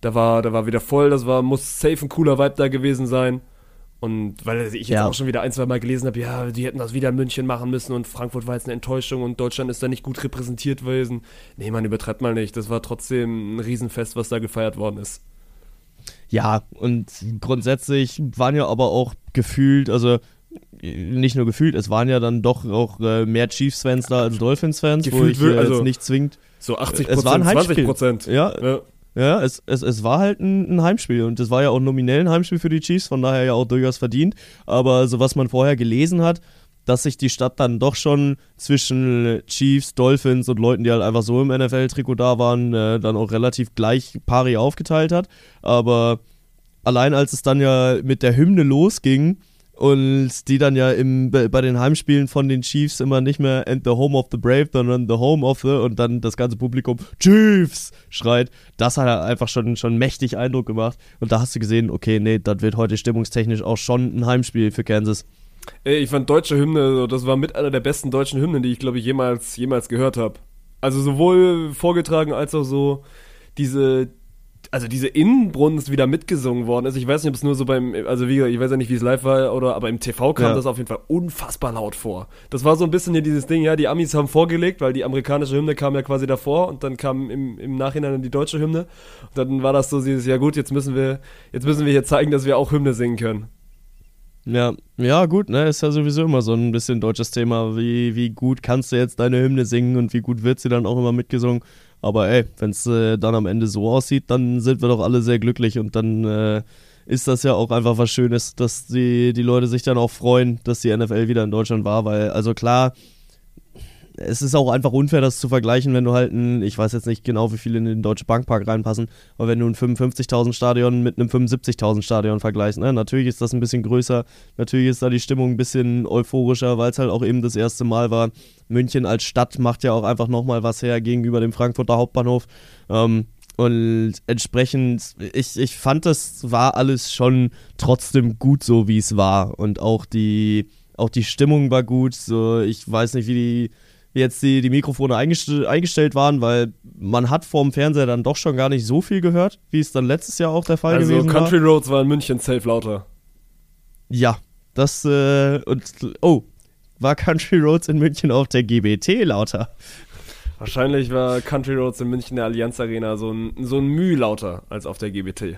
Da war, da war wieder voll, das war, muss safe ein cooler Vibe da gewesen sein. Und weil ich jetzt Ja. auch schon wieder ein, zwei Mal gelesen habe, ja, die hätten das wieder in München machen müssen und Frankfurt war jetzt eine Enttäuschung und Deutschland ist da nicht gut repräsentiert gewesen. Nee, man, übertreibt mal nicht. Das war trotzdem ein Riesenfest, was da gefeiert worden ist. Ja, und grundsätzlich waren ja aber auch gefühlt, also nicht nur gefühlt, es waren ja dann doch auch äh, mehr Chiefs-Fans da als Dolphins-Fans, wo Gefühlt ich wir- äh, also jetzt nicht zwingend. So achtzig Es war ein Prozent, Heimspiel. zwanzig Prozent. Ja, Ja. Ja, es, es, es war halt ein, ein Heimspiel und es war ja auch nominell ein Heimspiel für die Chiefs, von daher ja auch durchaus verdient. Aber so was man vorher gelesen hat, dass sich die Stadt dann doch schon zwischen Chiefs, Dolphins und Leuten, die halt einfach so im N F L-Trikot da waren, äh, dann auch relativ gleich pari aufgeteilt hat. Aber allein als es dann ja mit der Hymne losging und die dann ja im, bei bei den Heimspielen von den Chiefs immer nicht mehr "And the home of the brave", sondern "the home of the" und dann das ganze Publikum "Chiefs" schreit, das hat halt einfach schon, schon mächtig Eindruck gemacht. Und da hast du gesehen, okay, nee, das wird heute stimmungstechnisch auch schon ein Heimspiel für Kansas. Ey, ich fand deutsche Hymne, das war mit einer der besten deutschen Hymnen, die ich, glaube ich, jemals, jemals gehört habe. Also sowohl vorgetragen als auch so diese, also diese Inbrunst wieder mitgesungen worden ist. Ich weiß nicht, ob es nur so beim, also wie gesagt, ich weiß ja nicht, wie es live war, oder, aber im T V kam Ja. das auf jeden Fall unfassbar laut vor. Das war so ein bisschen hier dieses Ding, ja, die Amis haben vorgelegt, weil die amerikanische Hymne kam ja quasi davor und dann kam im, im Nachhinein dann die deutsche Hymne. Und dann war das so dieses, ja gut, jetzt müssen wir, jetzt müssen wir hier zeigen, dass wir auch Hymne singen können. Ja, ja gut, ne, ist ja sowieso immer so ein bisschen deutsches Thema. Wie, wie gut kannst du jetzt deine Hymne singen und wie gut wird sie dann auch immer mitgesungen? Aber ey, wenn es äh, dann am Ende so aussieht, dann sind wir doch alle sehr glücklich und dann äh, ist das ja auch einfach was Schönes, dass die, die Leute sich dann auch freuen, dass die N F L wieder in Deutschland war, weil, also klar, es ist auch einfach unfair, das zu vergleichen, wenn du halt ein, ich weiß jetzt nicht genau, wie viele in den Deutschen Bankpark reinpassen, aber wenn du ein fünfundfünfzigtausend Stadion mit einem fünfundsiebzigtausend Stadion vergleichst, ne? Natürlich ist das ein bisschen größer, natürlich ist da die Stimmung ein bisschen euphorischer, weil es halt auch eben das erste Mal war. München als Stadt macht ja auch einfach nochmal was her gegenüber dem Frankfurter Hauptbahnhof. Ähm, und entsprechend, ich, ich fand, das war alles schon trotzdem gut so, wie es war. Und auch die, auch die Stimmung war gut. So, ich weiß nicht, wie die wie jetzt die, die Mikrofone eingestell, eingestellt waren, weil man hat vorm Fernseher dann doch schon gar nicht so viel gehört, wie es dann letztes Jahr auch der Fall Also gewesen Country war. Roads war in München safe lauter. Ja, das, äh, und, oh, war Country Roads in München auf der G B T lauter? Wahrscheinlich war Country Roads in München der Allianz Arena so ein, so ein Müh lauter als auf der G B T.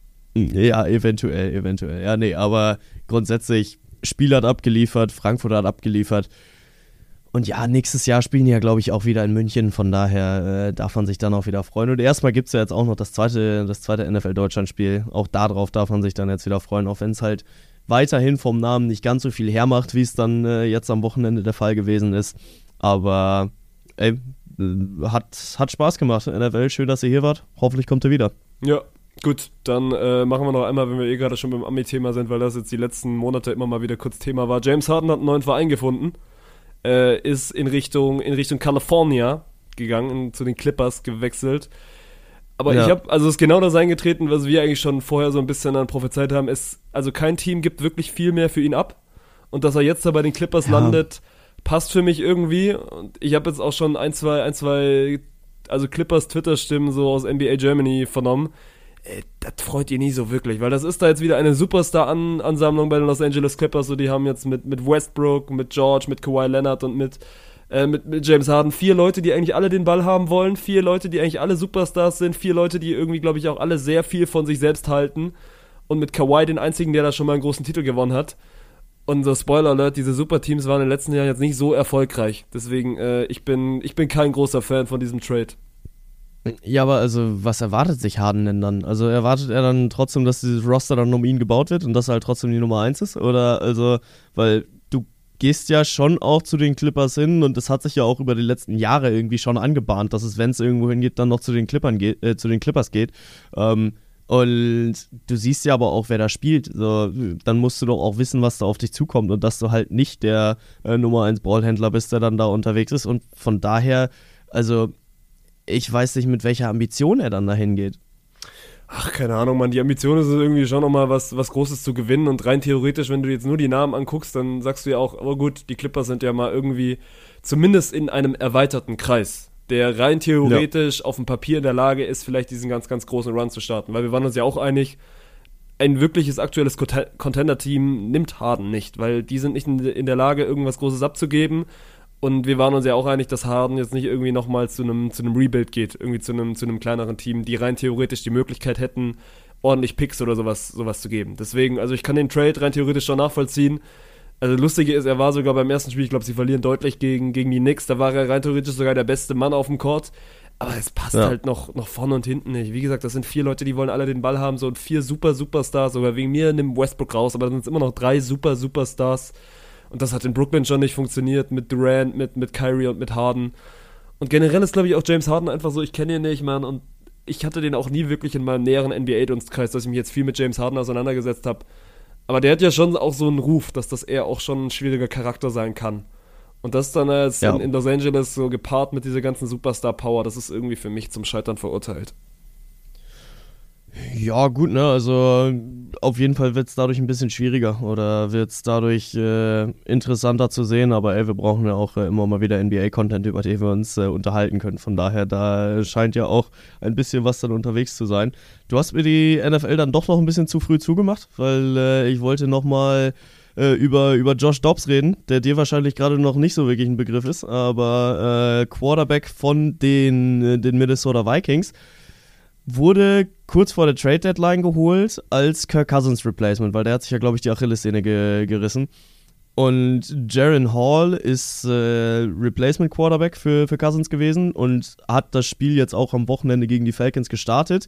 Ja, eventuell, eventuell. Ja, nee, aber grundsätzlich, Spiel hat abgeliefert, Frankfurt hat abgeliefert. Und ja, nächstes Jahr spielen die ja, glaube ich, auch wieder in München. Von daher äh, darf man sich dann auch wieder freuen. Und erstmal gibt es ja jetzt auch noch das zweite, das zweite N F L-Deutschland-Spiel. Auch darauf darf man sich dann jetzt wieder freuen, auch wenn es halt weiterhin vom Namen nicht ganz so viel hermacht, wie es dann äh, jetzt am Wochenende der Fall gewesen ist. Aber ey, äh, hat, hat Spaß gemacht. N F L, schön, dass ihr hier wart. Hoffentlich kommt ihr wieder. Ja, gut, dann äh, machen wir noch einmal, wenn wir eh gerade schon beim Ami-Thema sind, weil das jetzt die letzten Monate immer mal wieder kurz Thema war. James Harden hat einen neuen Verein gefunden. Äh, ist in Richtung, in Richtung California gegangen, zu den Clippers gewechselt. Aber Ja. ich habe, also es ist genau das eingetreten, was wir eigentlich schon vorher so ein bisschen dann prophezeit haben, ist, also kein Team gibt wirklich viel mehr für ihn ab. Und dass er jetzt da bei den Clippers Ja. landet, passt für mich irgendwie. Und ich habe jetzt auch schon ein, zwei, ein, zwei, also Clippers Twitter-Stimmen so aus N B A Germany vernommen. Äh, das freut ihr nie so wirklich, weil das ist da jetzt wieder eine Superstar-Ansammlung bei den Los Angeles Clippers. So, die haben jetzt mit, mit Westbrook, mit George, mit Kawhi Leonard und mit, äh, mit, mit James Harden vier Leute, die eigentlich alle den Ball haben wollen, vier Leute, die eigentlich alle Superstars sind, vier Leute, die irgendwie, glaube ich, auch alle sehr viel von sich selbst halten und mit Kawhi den einzigen, der da schon mal einen großen Titel gewonnen hat. Und so Spoiler Alert, diese Superteams waren in den letzten Jahren jetzt nicht so erfolgreich. Deswegen, äh, ich bin, ich bin kein großer Fan von diesem Trade. Ja, aber also, was erwartet sich Harden denn dann? Also erwartet er dann trotzdem, dass dieses Roster dann um ihn gebaut wird und dass er halt trotzdem die Nummer eins ist? Oder, also, weil du gehst ja schon auch zu den Clippers hin und es hat sich ja auch über die letzten Jahre irgendwie schon angebahnt, dass es, wenn es irgendwo hingeht, dann noch zu den Clippern geht, äh, zu den Clippers geht. Ähm, und du siehst ja aber auch, wer da spielt. So, dann musst du doch auch wissen, was da auf dich zukommt und dass du halt nicht der äh, Nummer eins Ballhändler bist, der dann da unterwegs ist. Und von daher, also ich weiß nicht, mit welcher Ambition er dann dahin geht. Ach, keine Ahnung, Mann, die Ambition ist es irgendwie schon nochmal was, was Großes zu gewinnen und rein theoretisch, wenn du jetzt nur die Namen anguckst, dann sagst du ja auch, oh gut, die Clippers sind ja mal irgendwie zumindest in einem erweiterten Kreis der rein theoretisch ja. auf dem Papier in der Lage ist, vielleicht diesen ganz, ganz großen Run zu starten. Weil wir waren uns ja auch einig, ein wirkliches aktuelles Contender-Team nimmt Harden nicht, weil die sind nicht in der Lage, irgendwas Großes abzugeben. Und wir waren uns ja auch einig, dass Harden jetzt nicht irgendwie nochmal zu einem zu einem Rebuild geht, irgendwie zu einem zu einem kleineren Team, die rein theoretisch die Möglichkeit hätten, ordentlich Picks oder sowas, sowas zu geben. Deswegen, also ich kann den Trade rein theoretisch schon nachvollziehen. Also lustige ist, er war sogar beim ersten Spiel, ich glaube, sie verlieren deutlich gegen, gegen die Knicks, da war er rein theoretisch sogar der beste Mann auf dem Court. Aber es passt ja. halt noch, noch vorne und hinten nicht. Wie gesagt, das sind vier Leute, die wollen alle den Ball haben, so und vier super Superstars, sogar wegen mir nimmt Westbrook raus, aber dann sind es immer noch drei super Superstars. Und das hat in Brooklyn schon nicht funktioniert, mit Durant, mit, mit Kyrie und mit Harden. Und generell ist, glaube ich, auch James Harden einfach so, ich kenne ihn nicht, Mann, und ich hatte den auch nie wirklich in meinem näheren N B A-Dunstkreis, dass ich mich jetzt viel mit James Harden auseinandergesetzt habe. Aber der hat ja schon auch so einen Ruf, dass das eher auch schon ein schwieriger Charakter sein kann. Und das dann jetzt ja. in, in Los Angeles so gepaart mit dieser ganzen Superstar-Power, das ist irgendwie für mich zum Scheitern verurteilt. Ja, gut, ne, also auf jeden Fall wird es dadurch ein bisschen schwieriger oder wird es dadurch äh, interessanter zu sehen, aber ey, wir brauchen ja auch äh, immer mal wieder N B A-Content, über den wir uns äh, unterhalten können, von daher, da scheint ja auch ein bisschen was dann unterwegs zu sein. Du hast mir die N F L dann doch noch ein bisschen zu früh zugemacht, weil äh, ich wollte nochmal äh, über, über Josh Dobbs reden, der dir wahrscheinlich gerade noch nicht so wirklich ein Begriff ist, aber äh, Quarterback von den, äh, den Minnesota Vikings, wurde kurz vor der Trade-Deadline geholt als Kirk Cousins Replacement, weil der hat sich ja, glaube ich, die Achillessehne ge- gerissen. Und Jaren Hall ist äh, Replacement-Quarterback für, für Cousins gewesen und hat das Spiel jetzt auch am Wochenende gegen die Falcons gestartet.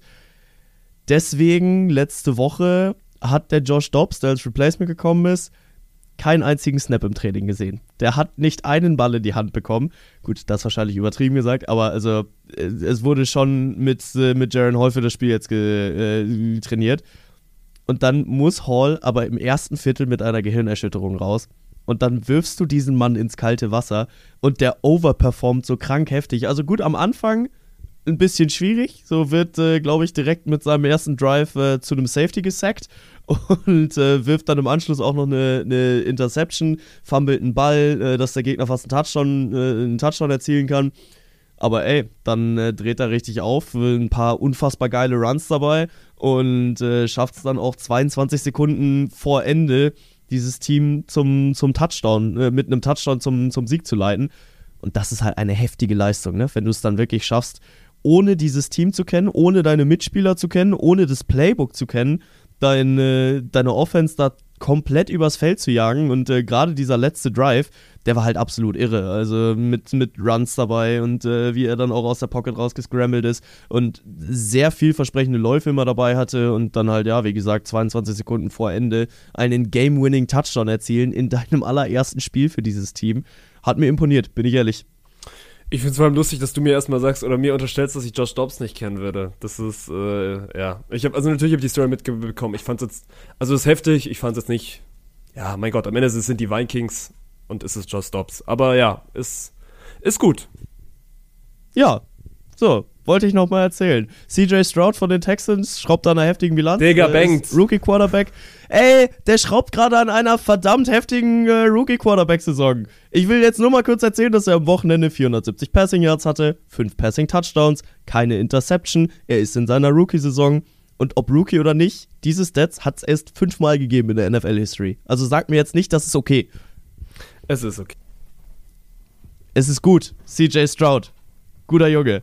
Deswegen, letzte Woche, hat der Josh Dobbs, der als Replacement gekommen ist, keinen einzigen Snap im Training gesehen. Der hat nicht einen Ball in die Hand bekommen. Gut, das ist wahrscheinlich übertrieben gesagt, aber also es wurde schon mit, mit Jaren Hall für das Spiel jetzt ge, äh, trainiert. Und dann muss Hall aber im ersten Viertel mit einer Gehirnerschütterung raus. Und dann wirfst du diesen Mann ins kalte Wasser und der overperformt so krank heftig. Also gut, am Anfang ein bisschen schwierig. So wird, äh, glaube ich, direkt mit seinem ersten Drive äh, zu einem Safety gesackt und äh, wirft dann im Anschluss auch noch eine, eine Interception, fummelt einen Ball, äh, dass der Gegner fast einen Touchdown, äh, einen Touchdown erzielen kann. Aber ey, dann äh, dreht er richtig auf, ein paar unfassbar geile Runs dabei und äh, schafft es dann auch zweiundzwanzig Sekunden vor Ende, dieses Team zum, zum Touchdown, äh, mit einem Touchdown zum, zum Sieg zu leiten. Und das ist halt eine heftige Leistung, ne? Wenn du es dann wirklich schaffst, ohne dieses Team zu kennen, ohne deine Mitspieler zu kennen, ohne das Playbook zu kennen, deine, deine Offense da komplett übers Feld zu jagen. Und äh, gerade dieser letzte Drive, der war halt absolut irre. Also mit, mit Runs dabei und äh, wie er dann auch aus der Pocket rausgescrambled ist und sehr vielversprechende Läufe immer dabei hatte und dann halt, ja, wie gesagt, zweiundzwanzig Sekunden vor Ende einen Game-Winning Touchdown erzielen in deinem allerersten Spiel für dieses Team. Hat mir imponiert, bin ich ehrlich. Ich finde es vor allem lustig, dass du mir erstmal sagst oder mir unterstellst, dass ich Josh Dobbs nicht kennen würde. Das ist, äh, ja. Ich habe also natürlich hab ich die Story mitbekommen. Ich fand's jetzt, also es ist heftig, ich fand's jetzt nicht, ja, mein Gott, am Ende sind die Vikings und es ist Josh Dobbs. Aber ja, ist, ist gut. Ja, so, wollte ich noch mal erzählen. C J Stroud von den Texans schraubt an einer heftigen Bilanz. Digga, bangt. Rookie-Quarterback. Ey, der schraubt gerade an einer verdammt heftigen äh, Rookie-Quarterback-Saison. Ich will jetzt nur mal kurz erzählen, dass er am Wochenende vierhundertsiebzig Passing Yards hatte, fünf Passing Touchdowns, keine Interception. Er ist in seiner Rookie-Saison. Und ob Rookie oder nicht, diese Stats hat es erst fünfmal gegeben in der N F L-History. Also sag mir jetzt nicht, das ist okay. Es ist okay. Es ist gut. C J Stroud. Guter Junge.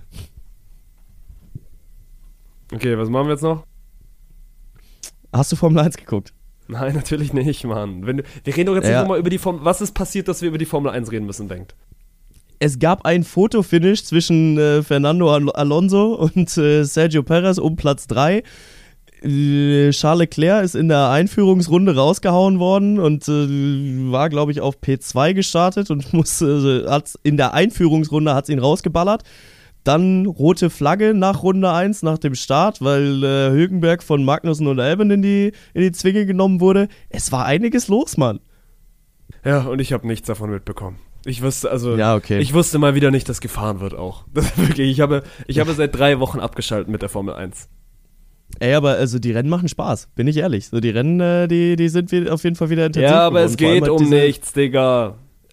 Okay, was machen wir jetzt noch? Hast du Formel eins geguckt? Nein, natürlich nicht, Mann. Wenn, wir reden doch jetzt ja. nochmal über die Formel. Was ist passiert, dass wir über die Formel eins reden müssen, denkt? Es gab ein Fotofinish zwischen äh, Fernando Al- Alonso und äh, Sergio Perez um Platz drei. Äh, Charles Leclerc ist in der Einführungsrunde rausgehauen worden und äh, war, glaube ich, auf P zwei gestartet und musste, äh, hat's in der Einführungsrunde hat es ihn rausgeballert. Dann rote Flagge nach Runde eins, nach dem Start, weil äh, Hülkenberg von Magnussen und Albon in die, in die Zwinge genommen wurde. Es war einiges los, Mann. Ja, und ich habe nichts davon mitbekommen. Ich wusste, also, ja, okay. ich wusste mal wieder nicht, dass gefahren wird auch. Das wirklich, ich habe, ich habe seit drei Wochen abgeschaltet mit der Formel eins. Ey, aber also die Rennen machen Spaß, bin ich ehrlich. So, die Rennen, äh, die, die sind auf jeden Fall wieder intensiv. Ja, aber geworden. es geht um nichts, Digga.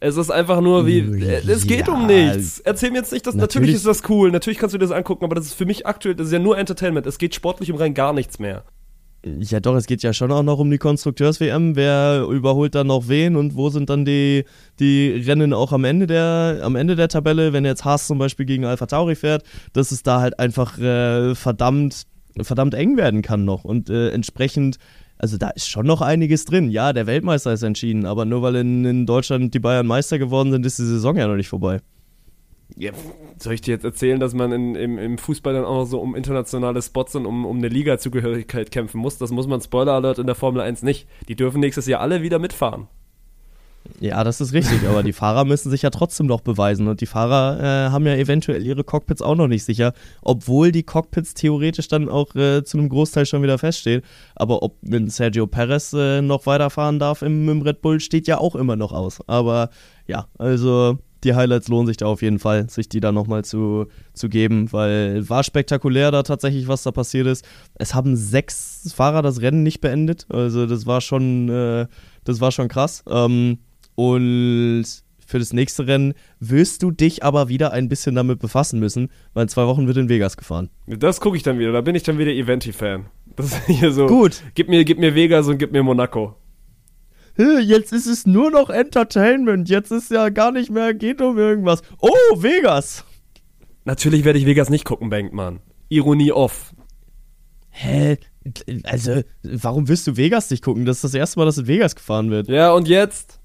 Es ist einfach nur wie, äh, es geht Ja. um nichts. Erzähl mir jetzt nicht, dass natürlich, Natürlich- ist das cool, natürlich kannst du dir das angucken, aber das ist für mich aktuell, das ist ja nur Entertainment. Es geht sportlich um rein gar nichts mehr. Ja doch, es geht ja schon auch noch um die Konstrukteurs-W M. Wer überholt dann noch wen und wo sind dann die, die Rennen auch am Ende der, am Ende der Tabelle, wenn jetzt Haas zum Beispiel gegen Alpha Tauri fährt, dass es da halt einfach äh, verdammt, verdammt eng werden kann noch und äh, entsprechend, also da ist schon noch einiges drin. Ja, der Weltmeister ist entschieden, aber nur weil in, in Deutschland die Bayern Meister geworden sind, ist die Saison ja noch nicht vorbei. Ja, soll ich dir jetzt erzählen, dass man in, im, im Fußball dann auch noch so um internationale Spots und um, um eine Liga-Zugehörigkeit kämpfen muss? Das muss man, Spoiler Alert, in der Formel eins nicht. Die dürfen nächstes Jahr alle wieder mitfahren. Ja, das ist richtig, aber die Fahrer müssen sich ja trotzdem noch beweisen und die Fahrer äh, haben ja eventuell ihre Cockpits auch noch nicht sicher, obwohl die Cockpits theoretisch dann auch äh, zu einem Großteil schon wieder feststehen. Aber ob ein Sergio Perez äh, noch weiterfahren darf im, im Red Bull, steht ja auch immer noch aus. Aber ja, also die Highlights lohnen sich da auf jeden Fall, sich die da nochmal zu, zu geben, weil war spektakulär da tatsächlich, was da passiert ist. Es haben sechs Fahrer das Rennen nicht beendet, also das war schon, äh, das war schon krass. Ähm, Und für das nächste Rennen wirst du dich aber wieder ein bisschen damit befassen müssen, weil in zwei Wochen wird in Vegas gefahren. Das gucke ich dann wieder, da bin ich dann wieder Eventi-Fan. Das ist hier so, Gut. Gib mir, gib mir Vegas und gib mir Monaco. Jetzt ist es nur noch Entertainment, jetzt ist ja gar nicht mehr, geht um irgendwas. Oh, Vegas! Natürlich werde ich Vegas nicht gucken, Bankman. Ironie off. Hä? Also, warum wirst du Vegas nicht gucken? Das ist das erste Mal, dass in Vegas gefahren wird. Ja, und jetzt?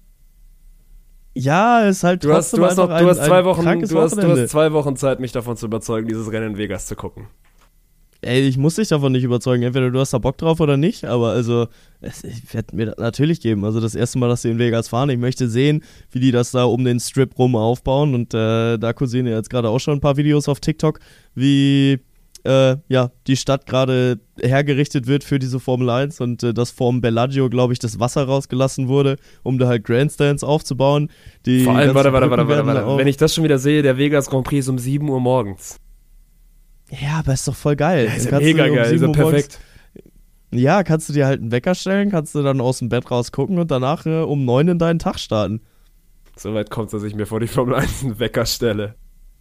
Ja, ist halt Du hast, trotzdem du hast, noch, einfach du ein, hast zwei ein Wochen, krankes du hast, du Wochenende. hast zwei Wochen Zeit, mich davon zu überzeugen, dieses Rennen in Vegas zu gucken. Ey, ich muss dich davon nicht überzeugen. Entweder du hast da Bock drauf oder nicht, aber also, es, ich werde mir das natürlich geben. Also das erste Mal, dass sie in Vegas fahren, ich möchte sehen, wie die das da um den Strip rum aufbauen und äh, da kursieren ja jetzt gerade auch schon ein paar Videos auf TikTok, wie äh, ja, die Stadt gerade hergerichtet wird für diese Formel eins und äh, dass vorm Bellagio, glaube ich, das Wasser rausgelassen wurde, um da halt Grandstands aufzubauen. Die Vor allem, warte, ganzen warte, Brücken warte, warte, werden warte. auch- Wenn ich das schon wieder sehe, der Vegas Grand Prix ist um sieben Uhr morgens. Ja, aber ist doch voll geil. Ja, ist Dann ja kannst du mega dir um geil, ist sieben ja Uhr morgens- perfekt. Ja, kannst du dir halt einen Wecker stellen, kannst du dann aus dem Bett raus gucken und danach äh, um neun in deinen Tag starten. Soweit kommt es, dass ich mir vor die Formel eins einen Wecker stelle.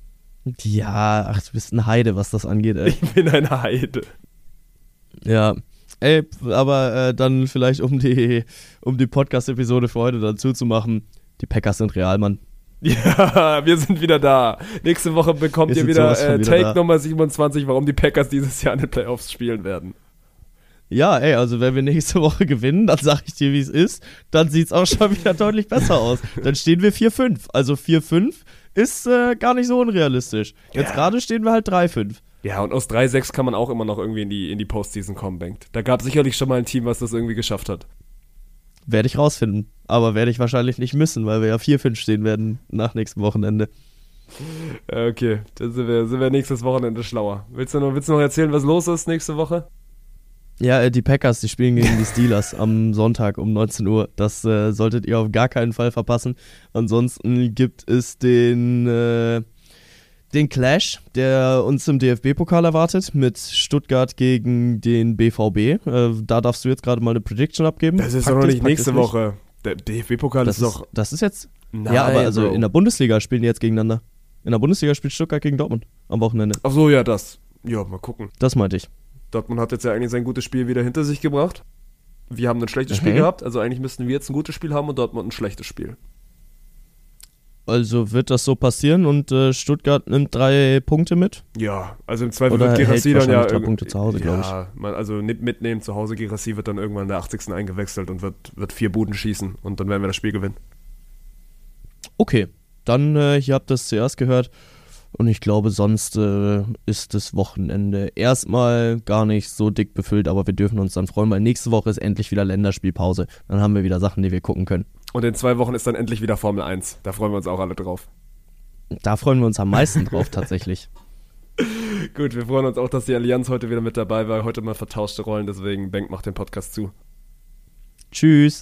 Ja, ach, du bist ein Heide, was das angeht, ey. Ich bin eine Heide. Ja. Ey, aber äh, dann vielleicht, um die, um die Podcast-Episode für heute dazu zu machen, die Packers sind real, Mann. Ja, wir sind wieder da. Nächste Woche bekommt Wir ihr sind wieder, sowas von äh, wieder Take da. Nummer siebenundzwanzig, warum die Packers dieses Jahr in den Playoffs spielen werden. Ja, ey, also wenn wir nächste Woche gewinnen, dann sag ich dir, wie es ist, dann sieht's auch schon wieder deutlich besser aus. Dann stehen wir vier fünf. Also vier fünf ist äh, gar nicht so unrealistisch. Jetzt Ja. gerade stehen wir halt drei fünf. Ja, und aus drei sechs kann man auch immer noch irgendwie in die, in die Postseason kommen, Bengt. Da gab sicherlich schon mal ein Team, was das irgendwie geschafft hat. Werde ich rausfinden. Aber werde ich wahrscheinlich nicht müssen, weil wir ja vier fünf stehen werden nach nächstem Wochenende. Äh, Okay, dann sind wir, sind wir nächstes Wochenende schlauer. Willst du, noch, willst du noch erzählen, was los ist nächste Woche? Ja, äh, die Packers, die spielen gegen die Steelers am Sonntag um neunzehn Uhr. Das äh, solltet ihr auf gar keinen Fall verpassen. Ansonsten gibt es den, äh, den Clash, der uns im D F B-Pokal erwartet, mit Stuttgart gegen den B V B. Äh, da darfst du jetzt gerade mal eine Prediction abgeben. Das ist Packt doch noch es, nicht packt nächste es nicht? Woche. Der D F B-Pokal Das ist ist, doch... das ist jetzt... Nein, ja, aber also Bro. in der Bundesliga spielen die jetzt gegeneinander. In der Bundesliga spielt Stuttgart gegen Dortmund am Wochenende. Ach so, ja, das. Ja, mal gucken. Das meinte ich. Dortmund hat jetzt ja eigentlich sein gutes Spiel wieder hinter sich gebracht. Wir haben ein schlechtes Mhm. Spiel gehabt, also eigentlich müssten wir jetzt ein gutes Spiel haben und Dortmund ein schlechtes Spiel. Also wird das so passieren und äh, Stuttgart nimmt drei Punkte mit? Ja, also im Zweifel Oder wird Girassi hält dann ja... wahrscheinlich drei irg- Punkte zu Hause, glaub ich. Ja, man, also nicht mitnehmen zu Hause. Girassi wird dann irgendwann in der achtzigsten eingewechselt und wird, wird vier Buden schießen und dann werden wir das Spiel gewinnen. Okay, dann äh, ihr habt das zuerst gehört und ich glaube, sonst äh, ist das Wochenende erstmal gar nicht so dick befüllt, aber wir dürfen uns dann freuen, weil nächste Woche ist endlich wieder Länderspielpause. Dann haben wir wieder Sachen, die wir gucken können. Und in zwei Wochen ist dann endlich wieder Formel eins. Da freuen wir uns auch alle drauf. Da freuen wir uns am meisten drauf tatsächlich. Gut, wir freuen uns auch, dass die Allianz heute wieder mit dabei war. Heute mal vertauschte Rollen, deswegen Bengt macht den Podcast zu. Tschüss.